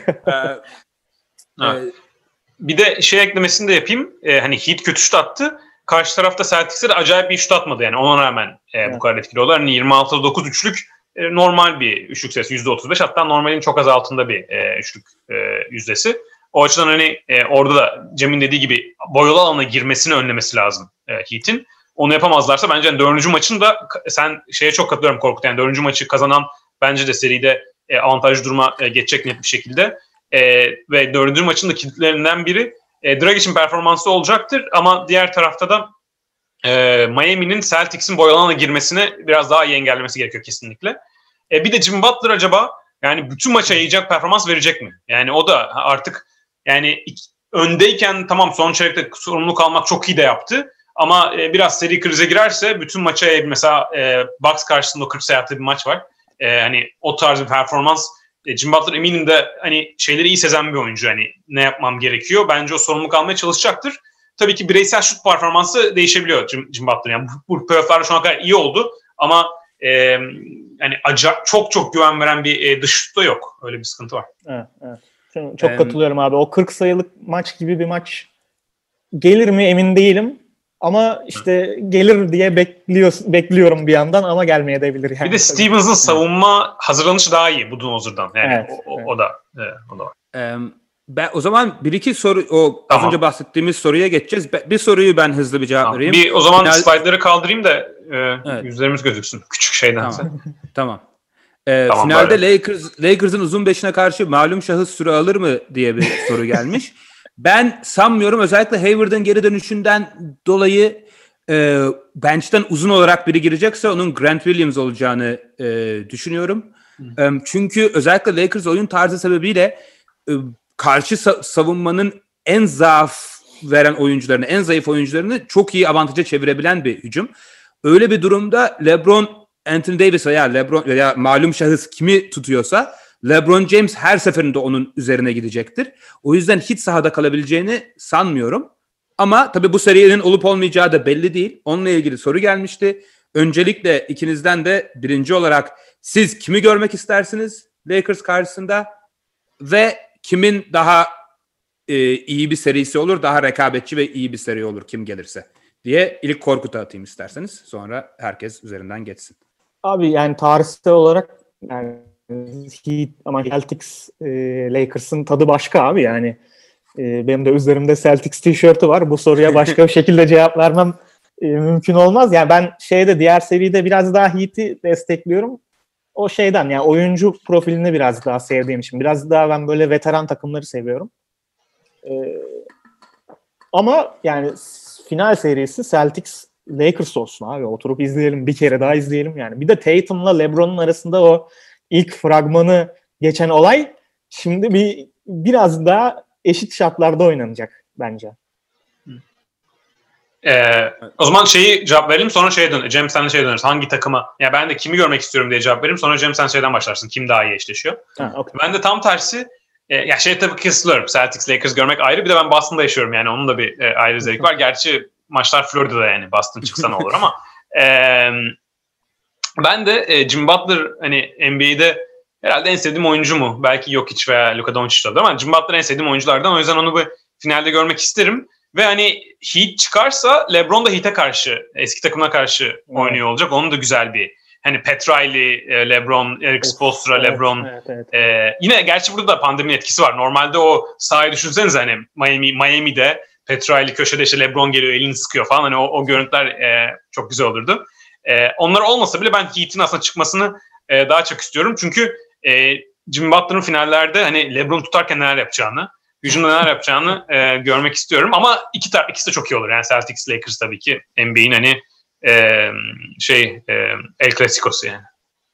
ee, e, bir de şey eklemesini de yapayım. Ee, hani Heat kötü şut attı. Karşı tarafta Celtics'e de acayip bir şut atmadı yani. Ona rağmen e, evet. bu kadar etkili oldular. Yani yirmi altıda dokuz üçlük e, normal bir üçlük sayısı, yüzde otuz beş, hatta normalin çok az altında bir e, üçlük e, yüzdesi. O açıdan hani e, orada da Cem'in dediği gibi boyalı alana girmesini önlemesi lazım e, Heat'in. Onu yapamazlarsa bence yani dördüncü maçın da, sen şeye çok katılıyorum Korkut, yani dördüncü maçı kazanan bence de seride e, avantajlı duruma e, geçecek net bir şekilde. E, ve dördüncü maçın da kilitlerinden biri e, Dragic'in performansı olacaktır ama diğer tarafta da e, Miami'nin Celtics'in boyalı alana girmesini biraz daha iyi engellemesi gerekiyor kesinlikle. E, bir de Jimmy Butler acaba yani bütün maça yayacak performans verecek mi? Yani o da artık yani öndeyken tamam son çeyrekte sorumluluk almak çok iyi de yaptı. Ama e, biraz seri krize girerse bütün maça mesela e, Bucks karşısında o kırk sayı attığı bir maç var. E, hani o tarz bir performans. E, Jimmy Butler eminim de hani şeyleri iyi sezen bir oyuncu. Hani ne yapmam gerekiyor? Bence o sorumluluk almaya çalışacaktır. Tabii ki bireysel şut performansı değişebiliyor Jim, Jimmy Butler. Yani bu, bu playoff'larda şu ana kadar iyi oldu ama e, yani acayip çok çok güven veren bir e, dış şut da yok. Öyle bir sıkıntı var. Evet, evet. Çok ee, katılıyorum abi. O kırk sayılık maç gibi bir maç gelir mi emin değilim. Ama işte gelir diye bekliyor, bekliyorum bir yandan ama gelmeye de bilir. Yani. Bir de Stevens'ın evet. savunma hazırlanışı daha iyi Budenholzer'dan. Yani evet, o, evet. o da evet, o da var. Ee, ben o zaman bir iki soru o tamam. az önce bahsettiğimiz soruya geçeceğiz. Bir soruyu ben hızlı bir cevap tamam. vereyim. Bir o zaman Final... slaytları kaldırayım da e, evet. yüzlerimiz gözüksün küçük şeydense. Tamam. tamam. Ee, tamam, finalde böyle. Lakers Lakers'ın uzun beşine karşı malum şahıs süre alır mı diye bir soru gelmiş. Ben sanmıyorum. Özellikle Hayward'ın geri dönüşünden dolayı e, bench'ten uzun olarak biri girecekse onun Grant Williams olacağını e, düşünüyorum. E, çünkü özellikle Lakers oyun tarzı sebebiyle e, karşı sa- savunmanın en zaaf veren oyuncularını, en zayıf oyuncularını çok iyi avantaja çevirebilen bir hücum. Öyle bir durumda LeBron, Anthony Davis veya LeBron veya malum şahıs kimi tutuyorsa LeBron James her seferinde onun üzerine gidecektir. O yüzden hiç sahada kalabileceğini sanmıyorum. Ama tabii bu serinin olup olmayacağı da belli değil. Onunla ilgili soru gelmişti. Öncelikle ikinizden de birinci olarak siz kimi görmek istersiniz Lakers karşısında? Ve kimin daha e, iyi bir serisi olur, daha rekabetçi ve iyi bir seri olur kim gelirse diye ilk Korkut'a atayım isterseniz. Sonra herkes üzerinden geçsin. Abi yani tarihsel olarak yani Heat ama Celtics e, Lakers'ın tadı başka abi yani. E, benim de üzerimde Celtics tişörtü var. Bu soruya başka bir şekilde cevap vermem e, mümkün olmaz. Yani ben şeyde diğer seride biraz daha Heat'i destekliyorum. O şeyden yani oyuncu profilini biraz daha sevdiğim için. Biraz daha ben böyle veteran takımları seviyorum. E, ama yani final serisi Celtics Lakers olsun abi. Oturup izleyelim. Bir kere daha izleyelim yani. Bir de Tatum'la LeBron'un arasında o ilk fragmanı geçen olay şimdi bir biraz daha eşit şartlarda oynanacak bence. Ee, o zaman şeyi cevap verelim sonra şeye dön. Cem senle şeye döneriz. Hangi takıma? Ya yani ben de kimi görmek istiyorum diye cevap vereyim. Sonra Cem sen şeyden başlarsın. Kim daha iyi eşleşiyor? Ha, okay. Ben de tam tersi. E, ya şey tabii kısılıyorum. Celtics Lakers görmek ayrı. Bir de ben Boston'da yaşıyorum yani. Onun da bir e, ayrı zevk var. Gerçi maçlar Florida'da yani. Boston çıksa ne olur ama. Eee Ben de e, Jimmy Butler hani N B A'de herhalde en sevdiğim oyuncu mu? Belki Jokic veya Luka Doncic'te ama Jimmy Butler en sevdiğim oyunculardan. O yüzden onu bir finalde görmek isterim. Ve hani Heat çıkarsa LeBron da Heat'e karşı, eski takımına karşı evet. oynuyor olacak. Onun da güzel bir hani Pat Riley, LeBron, Eric Spoelstra, evet, LeBron. Evet, evet. E, yine gerçi burada da pandeminin etkisi var. Normalde o sahayı düşünsenize hani Miami, Miami'de Pat Riley köşede işte LeBron geliyor, elini sıkıyor falan. Hani o, o görüntüler e, çok güzel olurdu. Ee, onlar olmasa bile ben Heat'in aslında çıkmasını e, daha çok istiyorum. Çünkü e, Jimmy Butler'ın finallerde hani LeBron tutarken neler yapacağını, hücumda neler yapacağını e, görmek istiyorum. Ama iki tar- ikisi de çok iyi olur. Yani Celtics, Lakers tabii ki N B A'in hani e, şey e, El Clasico'su yani.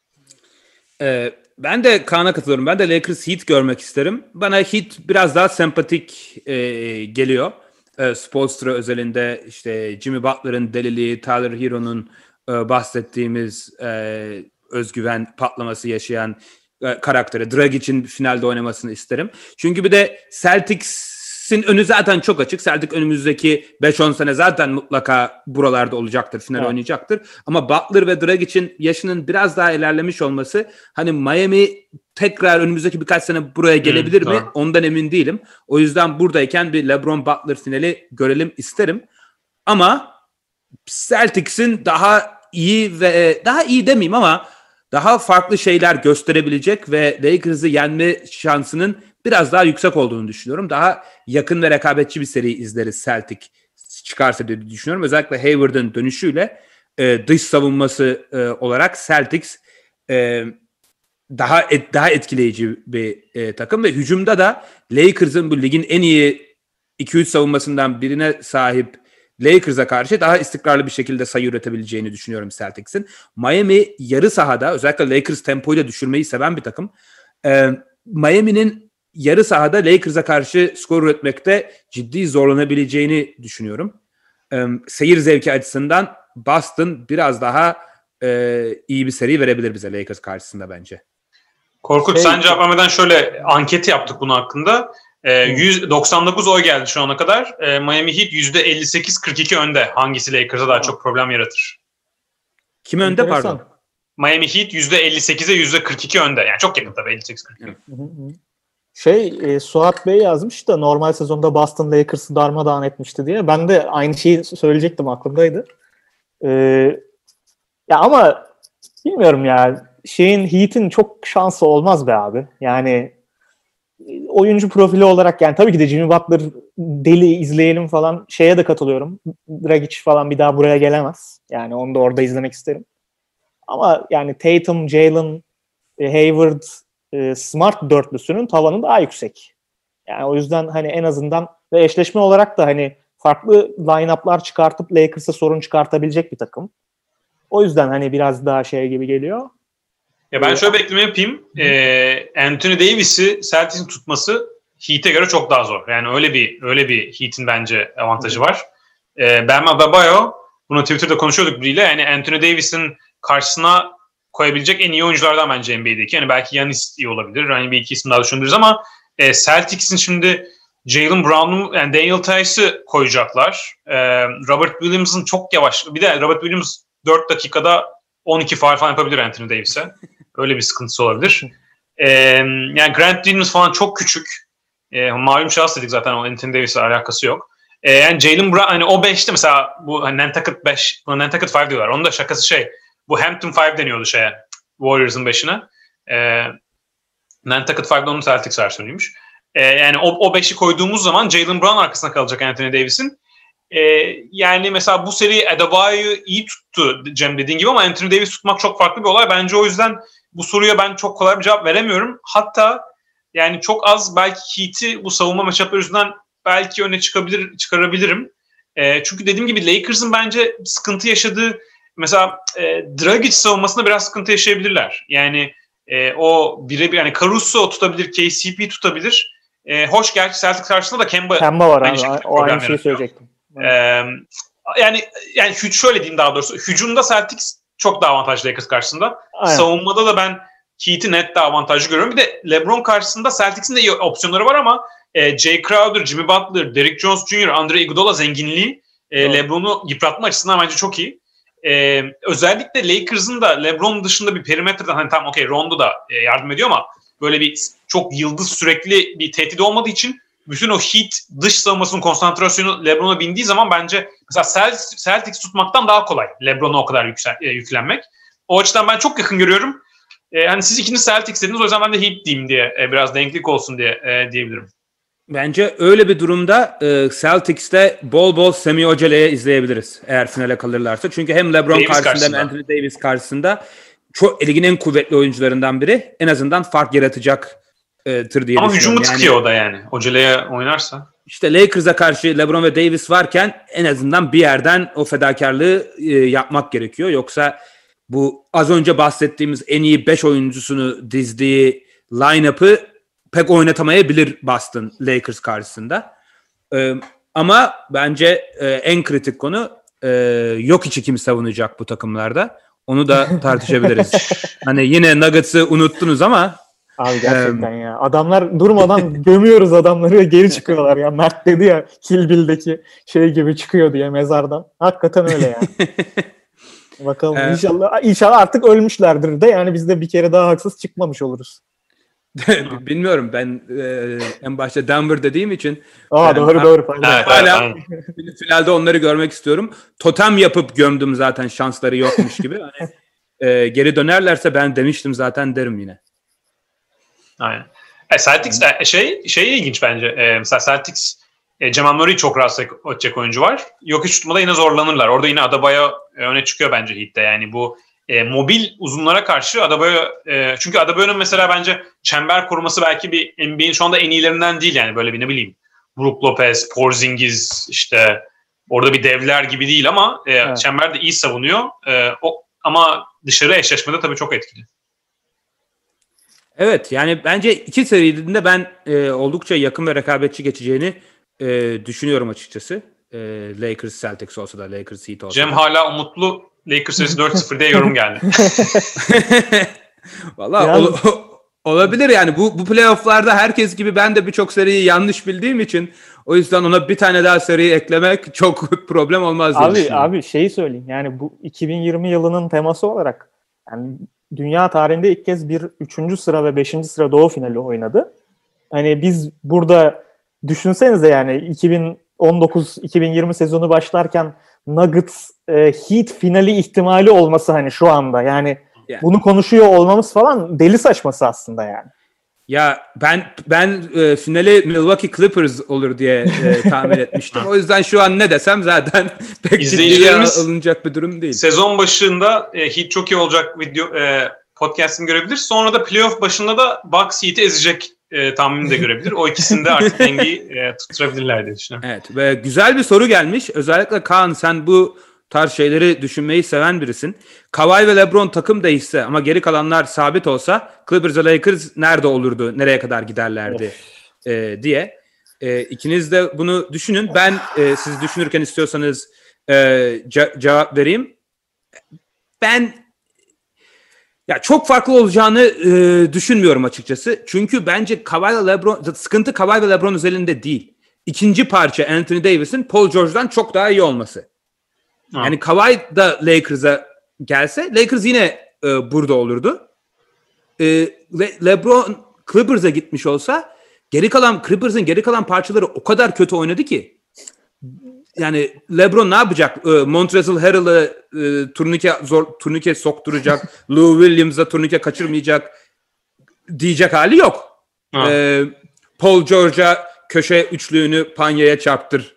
Ee, ben de Kaan'a katılıyorum. Ben de Lakers Heat görmek isterim. Bana Heat biraz daha sempatik e, geliyor. E, Spoelstra özelinde işte Jimmy Butler'ın deliliği, Tyler Hero'nun bahsettiğimiz e, özgüven patlaması yaşayan e, karakteri Dragic'in finalde oynamasını isterim. Çünkü bir de Celtics'in önü zaten çok açık. Celtic önümüzdeki beş on sene zaten mutlaka buralarda olacaktır, final evet. oynayacaktır. Ama Butler ve Dragic'in yaşının biraz daha ilerlemiş olması hani Miami tekrar önümüzdeki birkaç sene buraya gelebilir hmm, mi? Tamam. Ondan emin değilim. O yüzden buradayken bir LeBron Butler finali görelim isterim. Ama Celtics'in daha iyi ve daha iyi demeyeyim ama daha farklı şeyler gösterebilecek ve Lakers'ı yenme şansının biraz daha yüksek olduğunu düşünüyorum. Daha yakın ve rekabetçi bir seri izleriz Celtic çıkarsa diye düşünüyorum. Özellikle Hayward'ın dönüşüyle e, dış savunması e, olarak Celtics e, daha et, daha etkileyici bir e, takım ve hücumda da Lakers'ın bu ligin en iyi iki üç savunmasından birine sahip Lakers'a karşı daha istikrarlı bir şekilde sayı üretebileceğini düşünüyorum Celtics'in. Miami yarı sahada, özellikle Lakers tempoyu da düşürmeyi seven bir takım. Ee, Miami'nin yarı sahada Lakers'a karşı skor üretmekte ciddi zorlanabileceğini düşünüyorum. Ee, seyir zevki açısından Boston biraz daha e, iyi bir seri verebilir bize Lakers karşısında bence. Korkut Şey, sen cevap vermeden şöyle anket yaptık bunun hakkında. Ee, yüz doksan dokuz oy geldi şu ana kadar. Ee, Miami Heat yüzde elli sekiz kırk iki önde. Hangisi Lakers'a daha çok problem yaratır? Kim önde enteresan. pardon? Miami Heat yüzde elli sekize yüzde kırk iki önde. Yani çok yakın tabii elli sekiz kırk iki. Hı hı hı. Şey e, Suat Bey yazmış da normal sezonda Boston Lakers'ı darmadağın etmişti diye. Ben de aynı şeyi söyleyecektim, aklımdaydı. E, ya ama bilmiyorum ya. Şeyin Heat'in çok şansı olmaz be abi. Yani e, oyuncu profili olarak yani tabii ki de Jimmy Butler deli izleyelim falan, şeye de katılıyorum. Dragic falan bir daha buraya gelemez. Yani onu da orada izlemek isterim. Ama yani Tatum, Jalen, e, Hayward, e, Smart dörtlüsünün tavanı daha yüksek. Yani o yüzden hani en azından ve eşleşme olarak da hani farklı line-up'lar çıkartıp Lakers'a sorun çıkartabilecek bir takım. O yüzden hani biraz daha şey gibi geliyor. Ya ben şöyle bir ekleme yapayım. Ee, Anthony Davis'i Celtics'in tutması Heat'e göre çok daha zor. Yani öyle bir öyle bir Heat'in bence avantajı var. Ee, Bam Adebayo, bunu Twitter'da konuşuyorduk biriyle. Yani Anthony Davis'in karşısına koyabilecek en iyi oyunculardan bence N B A'deki. Yani belki Giannis iyi olabilir. Hani bir iki isim daha düşündürüz ama e, Celtics'in şimdi Jaylen Brown'u, yani Daniel Tice'ı koyacaklar. E, Robert Williams'ın çok yavaş. Bir de Robert Williams dört dakikada on iki faul falan yapabilir Anthony Davis'e. Öyle bir sıkıntısı olabilir. E, yani Grant Williams falan çok küçük. E, malum şahıs dedik zaten, o Anthony Davis'le alakası yok. E, yani Jaylen Brown hani o beşte mesela bu hani Nantucket beş, Nantucket beş diyorlar. Onun da şakası şey. Bu Hampton beş deniyordu şeye. Warriors'ın beşine. E, Nantucket beş'de onun Celtics versiyonuymuş. E, yani o, o beşi koyduğumuz zaman Jaylen Brown arkasına kalacak Anthony Davis'in. E, yani mesela bu seri Adebayo'yu iyi tuttu Cem dediğin gibi ama Anthony Davis tutmak çok farklı bir olay. Bence o yüzden bu soruya ben çok kolay bir cevap veremiyorum. Hatta yani çok az belki Heat'i bu savunma matchup'ları yüzünden belki öne çıkabilir, çıkarabilirim. E, çünkü dediğim gibi Lakers'ın bence sıkıntı yaşadığı mesela e, Dragic savunmasında biraz sıkıntı yaşayabilirler. Yani e, o birebir yani Caruso tutabilir, K C P tutabilir. E, hoş gerçi Celtics karşısında da Kemba, Kemba var aynı abi. O aynı şeyi söyleyecektim. E, yani yani şöyle diyeyim daha doğrusu. Hücumda Celtics çok daha avantajlı Lakers karşısında. Aynen. Savunmada da ben Heat'i net daha avantajlı görüyorum. Bir de LeBron karşısında Celtics'in de iyi opsiyonları var ama e, Jay Crowder, Jimmy Butler, Derrick Jones Junior, Andre Iguodala zenginliği e, LeBron'u yıpratma açısından bence çok iyi. Ee, özellikle Lakers'ın da LeBron dışında bir perimetreden hani tam okey Rondo da e, yardım ediyor ama böyle bir çok yıldız sürekli bir tehdit olmadığı için bütün o Heat dış savunmasının konsantrasyonu LeBron'a bindiği zaman bence mesela Celtics tutmaktan daha kolay LeBron'a o kadar yüksel, e, yüklenmek. O açıdan ben çok yakın görüyorum. E, hani siz ikiniz Celtics dediniz, o yüzden ben de Heat diyeyim diye e, biraz denklik olsun diye e, diyebilirim. Bence öyle bir durumda e, Celtics'te bol bol Semi Ojeleye izleyebiliriz eğer finale kalırlarsa. Çünkü hem LeBron Davis karşısında, karşısında hem Anthony Davis karşısında çok ligin en kuvvetli oyuncularından biri. En azından fark yaratacaktır e, diye Ama düşünüyorum. Ama hücumu yani, tıkıyor o da yani. Ojeleye oynarsa. İşte Lakers'a karşı LeBron ve Davis varken en azından bir yerden o fedakarlığı e, yapmak gerekiyor. Yoksa bu az önce bahsettiğimiz en iyi beş oyuncusunu dizdiği line-up'ı pek oynatamayabilir Boston Lakers karşısında. Ee, ama bence e, en kritik konu e, Jokic'i kim savunacak bu takımlarda. Onu da tartışabiliriz. Hani yine Nuggets'ı unuttunuz ama. Abi gerçekten e, ya. Adamlar durmadan gömüyoruz adamları, geri çıkıyorlar ya. Mert dedi ya Kill Bill'deki şey gibi çıkıyor diye mezardan. Hakikaten öyle ya. Bakalım ee, inşallah inşallah artık ölmüşlerdir de yani biz de bir kere daha haksız çıkmamış oluruz. Bilmiyorum, ben e, en başta Denver dediğim için Aa, doğru ha, doğru evet, hala finalde onları görmek istiyorum. Totem yapıp gömdüm zaten, şansları yokmuş gibi. Hani, e, geri dönerlerse ben demiştim zaten derim yine. Aynen. E, Celtics e, şey şey ilginç bence. E, mesela Celtics e, Jamal Murray çok rahatsız edecek oyuncu var. Jokic tutmada yine zorlanırlar. Orada yine Adebayo e, öne çıkıyor bence Heat'te. Yani bu E, mobil uzunlara karşı Adebayo, e, çünkü Adebayo'nun mesela bence çember koruması belki bir N B A'nin şu anda en iyilerinden değil yani, böyle bir ne bileyim Brook Lopez, Porzingis, işte orada bir devler gibi değil ama e, evet. çemberde iyi savunuyor. E, o Ama dışarı eşleşmede tabii çok etkili. Evet, yani bence iki serinin de ben e, oldukça yakın ve rekabetçi geçeceğini e, düşünüyorum açıkçası. E, Lakers Celtics olsa da, Lakers Heat olsa Cem da. hala umutlu, Lakers serisi dört sıfır diye yorum geldi. Valla Biraz... ol, olabilir yani. Bu, bu playofflarda herkes gibi ben de birçok seriyi yanlış bildiğim için o yüzden ona bir tane daha seri eklemek çok problem olmaz diye abi, düşünüyorum. abi şeyi söyleyeyim, yani bu iki bin yirmi yılının teması olarak yani dünya tarihinde ilk kez bir üçüncü sıra ve beşinci sıra doğu finali oynadı. Hani biz burada düşünsenize yani iki bin on dokuz iki bin yirmi sezonu başlarken Nuggets e, Heat finali ihtimali olması hani şu anda yani yani. Bunu konuşuyor olmamız falan deli saçması aslında yani. Ya ben ben e, finali Milwaukee Clippers olur diye e, tahmin etmiştim. O yüzden şu an ne desem zaten pek ciddiye alınacak bir durum değil. Sezon başında e, Heat çok iyi olacak video e, podcast'ını görebilir. Sonra da playoff başında da Bucks Heat'i ezecek e, tahminini de görebilir. O ikisinde artık dengeyi e, tutturabilirler diye düşünüyorum. Evet ve güzel bir soru gelmiş. Özellikle Kaan, sen bu tarz şeyleri düşünmeyi seven birisin. Kawhi ve LeBron takım değişse ama geri kalanlar sabit olsa Clippers ve Lakers nerede olurdu, nereye kadar giderlerdi e, diye. E, ikiniz de bunu düşünün. Ben e, siz düşünürken istiyorsanız e, ce- cevap vereyim. Ben ya çok farklı olacağını e, düşünmüyorum açıkçası. Çünkü bence Kawhi ve LeBron, sıkıntı Kawhi ve LeBron özelinde değil. İkinci parça Anthony Davis'in Paul George'dan çok daha iyi olması. Ha. Yani Kawhi da Lakers'a gelse Lakers yine e, burada olurdu. E, Le- LeBron Clippers'a gitmiş olsa geri kalan Clippers'ın geri kalan parçaları o kadar kötü oynadı ki. Yani LeBron ne yapacak? E, Montrezl Harrell'ı e, turnike zor turnike sokturacak. Lou Williams'a turnike kaçırmayacak diyecek hali yok. E, Paul George'a köşe üçlüğünü panyaya çarptır.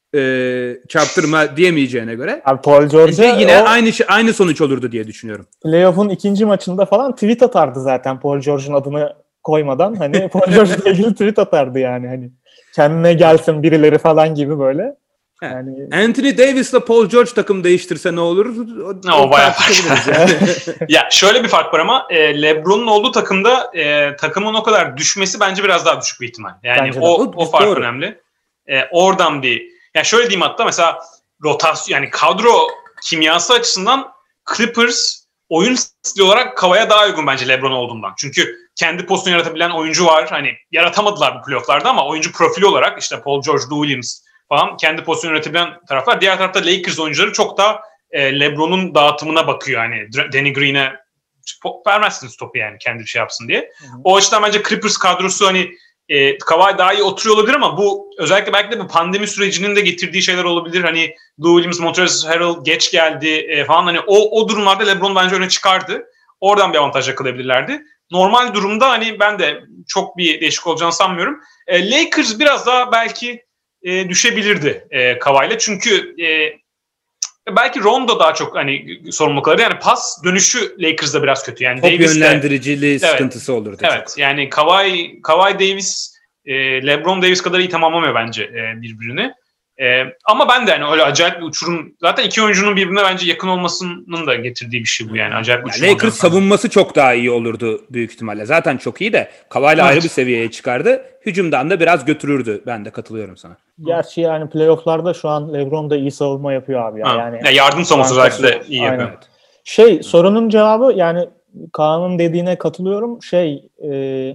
E, çarptırma diyemeyeceğine göre. Abi Paul George'a yine aynı şey, aynı sonuç olurdu diye düşünüyorum. Playoff'un ikinci maçında falan tweet atardı zaten Paul George'un adını koymadan. Hani Paul George'la ilgili tweet atardı yani hani kendine gelsin birileri falan gibi böyle. Yani Anthony Davis'la Paul George takım değiştirse ne olur? O, o bayağı fark. Yani. Ya şöyle bir fark var ama e, LeBron'un olduğu takımda e, takımın o kadar düşmesi bence biraz daha düşük bir ihtimal. Yani o, o, o fark doğru. Önemli. E, oradan bir ya şöyle diyeyim hatta mesela rotasyon yani kadro kimyası açısından Clippers oyun stili olarak Kawhi'ye daha uygun bence LeBron olduğundan. Çünkü kendi pozisyonu yaratabilen oyuncu var. Hani yaratamadılar bu playoff'larda ama oyuncu profili olarak işte Paul George, Lou Williams falan kendi pozisyonu yaratabilen taraflar. Diğer tarafta Lakers oyuncuları çok daha e, LeBron'un dağıtımına bakıyor. Yani Danny Green'e vermezsiniz topu yani kendi bir şey yapsın diye. Hı-hı. O açıdan bence Clippers kadrosu hani E, Kawhi daha iyi oturuyor olabilir ama bu özellikle belki de bu pandemi sürecinin de getirdiği şeyler olabilir. Hani Lou Williams, Montrezl Harrell geç geldi e, falan hani o o durumlarda LeBron bence öne çıkardı. Oradan bir avantaj yakalayabilirlerdi. Normal durumda hani ben de çok bir değişik olacağını sanmıyorum. E, Lakers biraz daha belki e, düşebilirdi e, Kawhi'yle. Çünkü e, belki Rondo daha çok hani sorumlulukları yani pas dönüşü Lakers'da biraz kötü. Yani top Davis'te, yönlendiriciliği evet, sıkıntısı olurdu. Evet çok. Yani Kawhi, Kawhi Davis e, LeBron Davis kadar iyi tamamlamıyor bence e, birbirini. E, ama ben de yani öyle acayip bir uçurum zaten iki oyuncunun birbirine bence yakın olmasının da getirdiği bir şey bu yani acayip bir uçurum. Lakers savunması çok daha iyi olurdu büyük ihtimalle. Zaten çok iyi de Kawhi'yle evet. ayrı bir seviyeye çıkardı. Hücumdan da biraz götürürdü. Ben de katılıyorum sana. Gerçi yani playoff'larda şu an LeBron da iyi savunma yapıyor abi ya. Yani ya yardım savunması özellikle iyi yapıyor. Evet. Şey sorunun cevabı yani Kaan'ın dediğine katılıyorum. Şey e,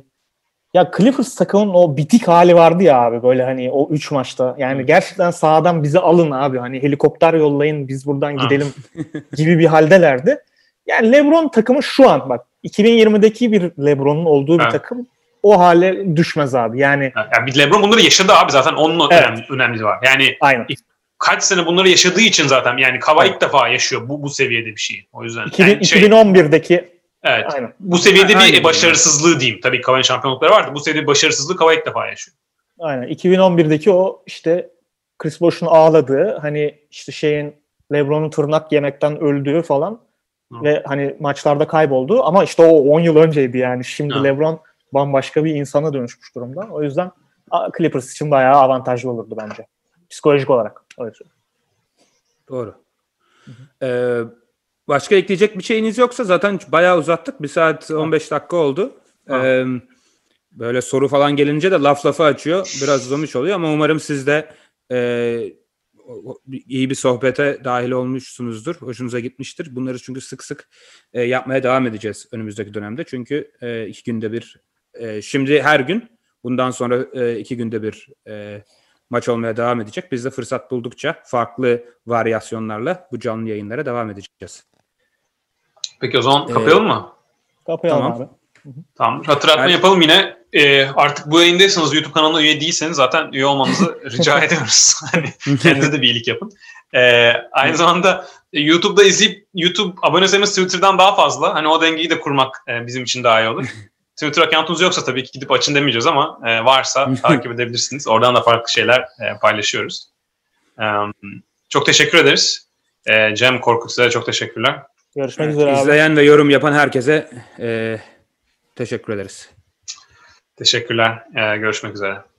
ya Clippers takımının o bitik hali vardı ya abi böyle hani o üç maçta. Yani hmm. gerçekten sahadan bizi alın abi. Hani helikopter yollayın biz buradan gidelim gibi bir haldelerdi. Yani LeBron takımı şu an bak iki bin yirmideki bir LeBron'un olduğu bir ha. takım o hale düşmez abi. Yani, yani bir LeBron bunları yaşadı abi zaten onun evet. önemli önemli var. Yani aynen. Kaç sene bunları yaşadığı için zaten yani Kawhi ilk defa yaşıyor bu bu seviyede bir şey. O yüzden iki bin, yani şey, iki bin on birdeki evet. Aynen. Bu seviyede aynen. bir başarısızlığı diyeyim. Tabii Kawhi'nin şampiyonlukları vardı. Bu seviyede bir başarısızlığı Kawhi ilk defa yaşıyor. Aynen. iki bin on birdeki o işte Chris Bosh'un ağladığı hani işte şeyin LeBron'un tırnak yemekten öldüğü falan Hı. ve hani maçlarda kayboldu ama işte o on yıl önceydi yani. Şimdi Hı. LeBron bambaşka bir insana dönüşmüş durumda. O yüzden Clippers için bayağı avantajlı olurdu bence. Psikolojik olarak. Öyle söyleyeyim. Doğru. Ee, başka ekleyecek bir şeyiniz yoksa zaten bayağı uzattık. Bir saat on beş dakika oldu. Ee, böyle soru falan gelince de laf lafı açıyor. Biraz uzamış oluyor ama umarım siz de e, iyi bir sohbete dahil olmuşsunuzdur. Hoşunuza gitmiştir. Bunları çünkü sık sık e, yapmaya devam edeceğiz önümüzdeki dönemde. Çünkü e, iki günde bir, e, şimdi her gün, bundan sonra e, iki günde bir e, maç olmaya devam edecek. Biz de fırsat buldukça farklı varyasyonlarla bu canlı yayınlara devam edeceğiz. Peki o zaman kapayalım ee, mı? Kapayalım tamam. abi. Tamam. Hatırlatma evet. yapalım yine. Ee, artık bu yayındaysanız, YouTube kanalına üye değilseniz zaten üye olmanızı rica ediyoruz. Hani kendinize de bir iyilik yapın. Ee, aynı zamanda YouTube'da izleyip YouTube abone sayımız Twitter'dan daha fazla. Hani o dengeyi de kurmak e, bizim için daha iyi olur. Twitter account'unuz yoksa tabii ki gidip açın demeyeceğiz ama e, varsa takip edebilirsiniz. Oradan da farklı şeyler e, paylaşıyoruz. E, çok teşekkür ederiz. E, Cem, Korkut, size çok teşekkürler. Görüşmek üzere abi. İzleyen ve yorum yapan herkese e, teşekkür ederiz. Teşekkürler. E, görüşmek üzere.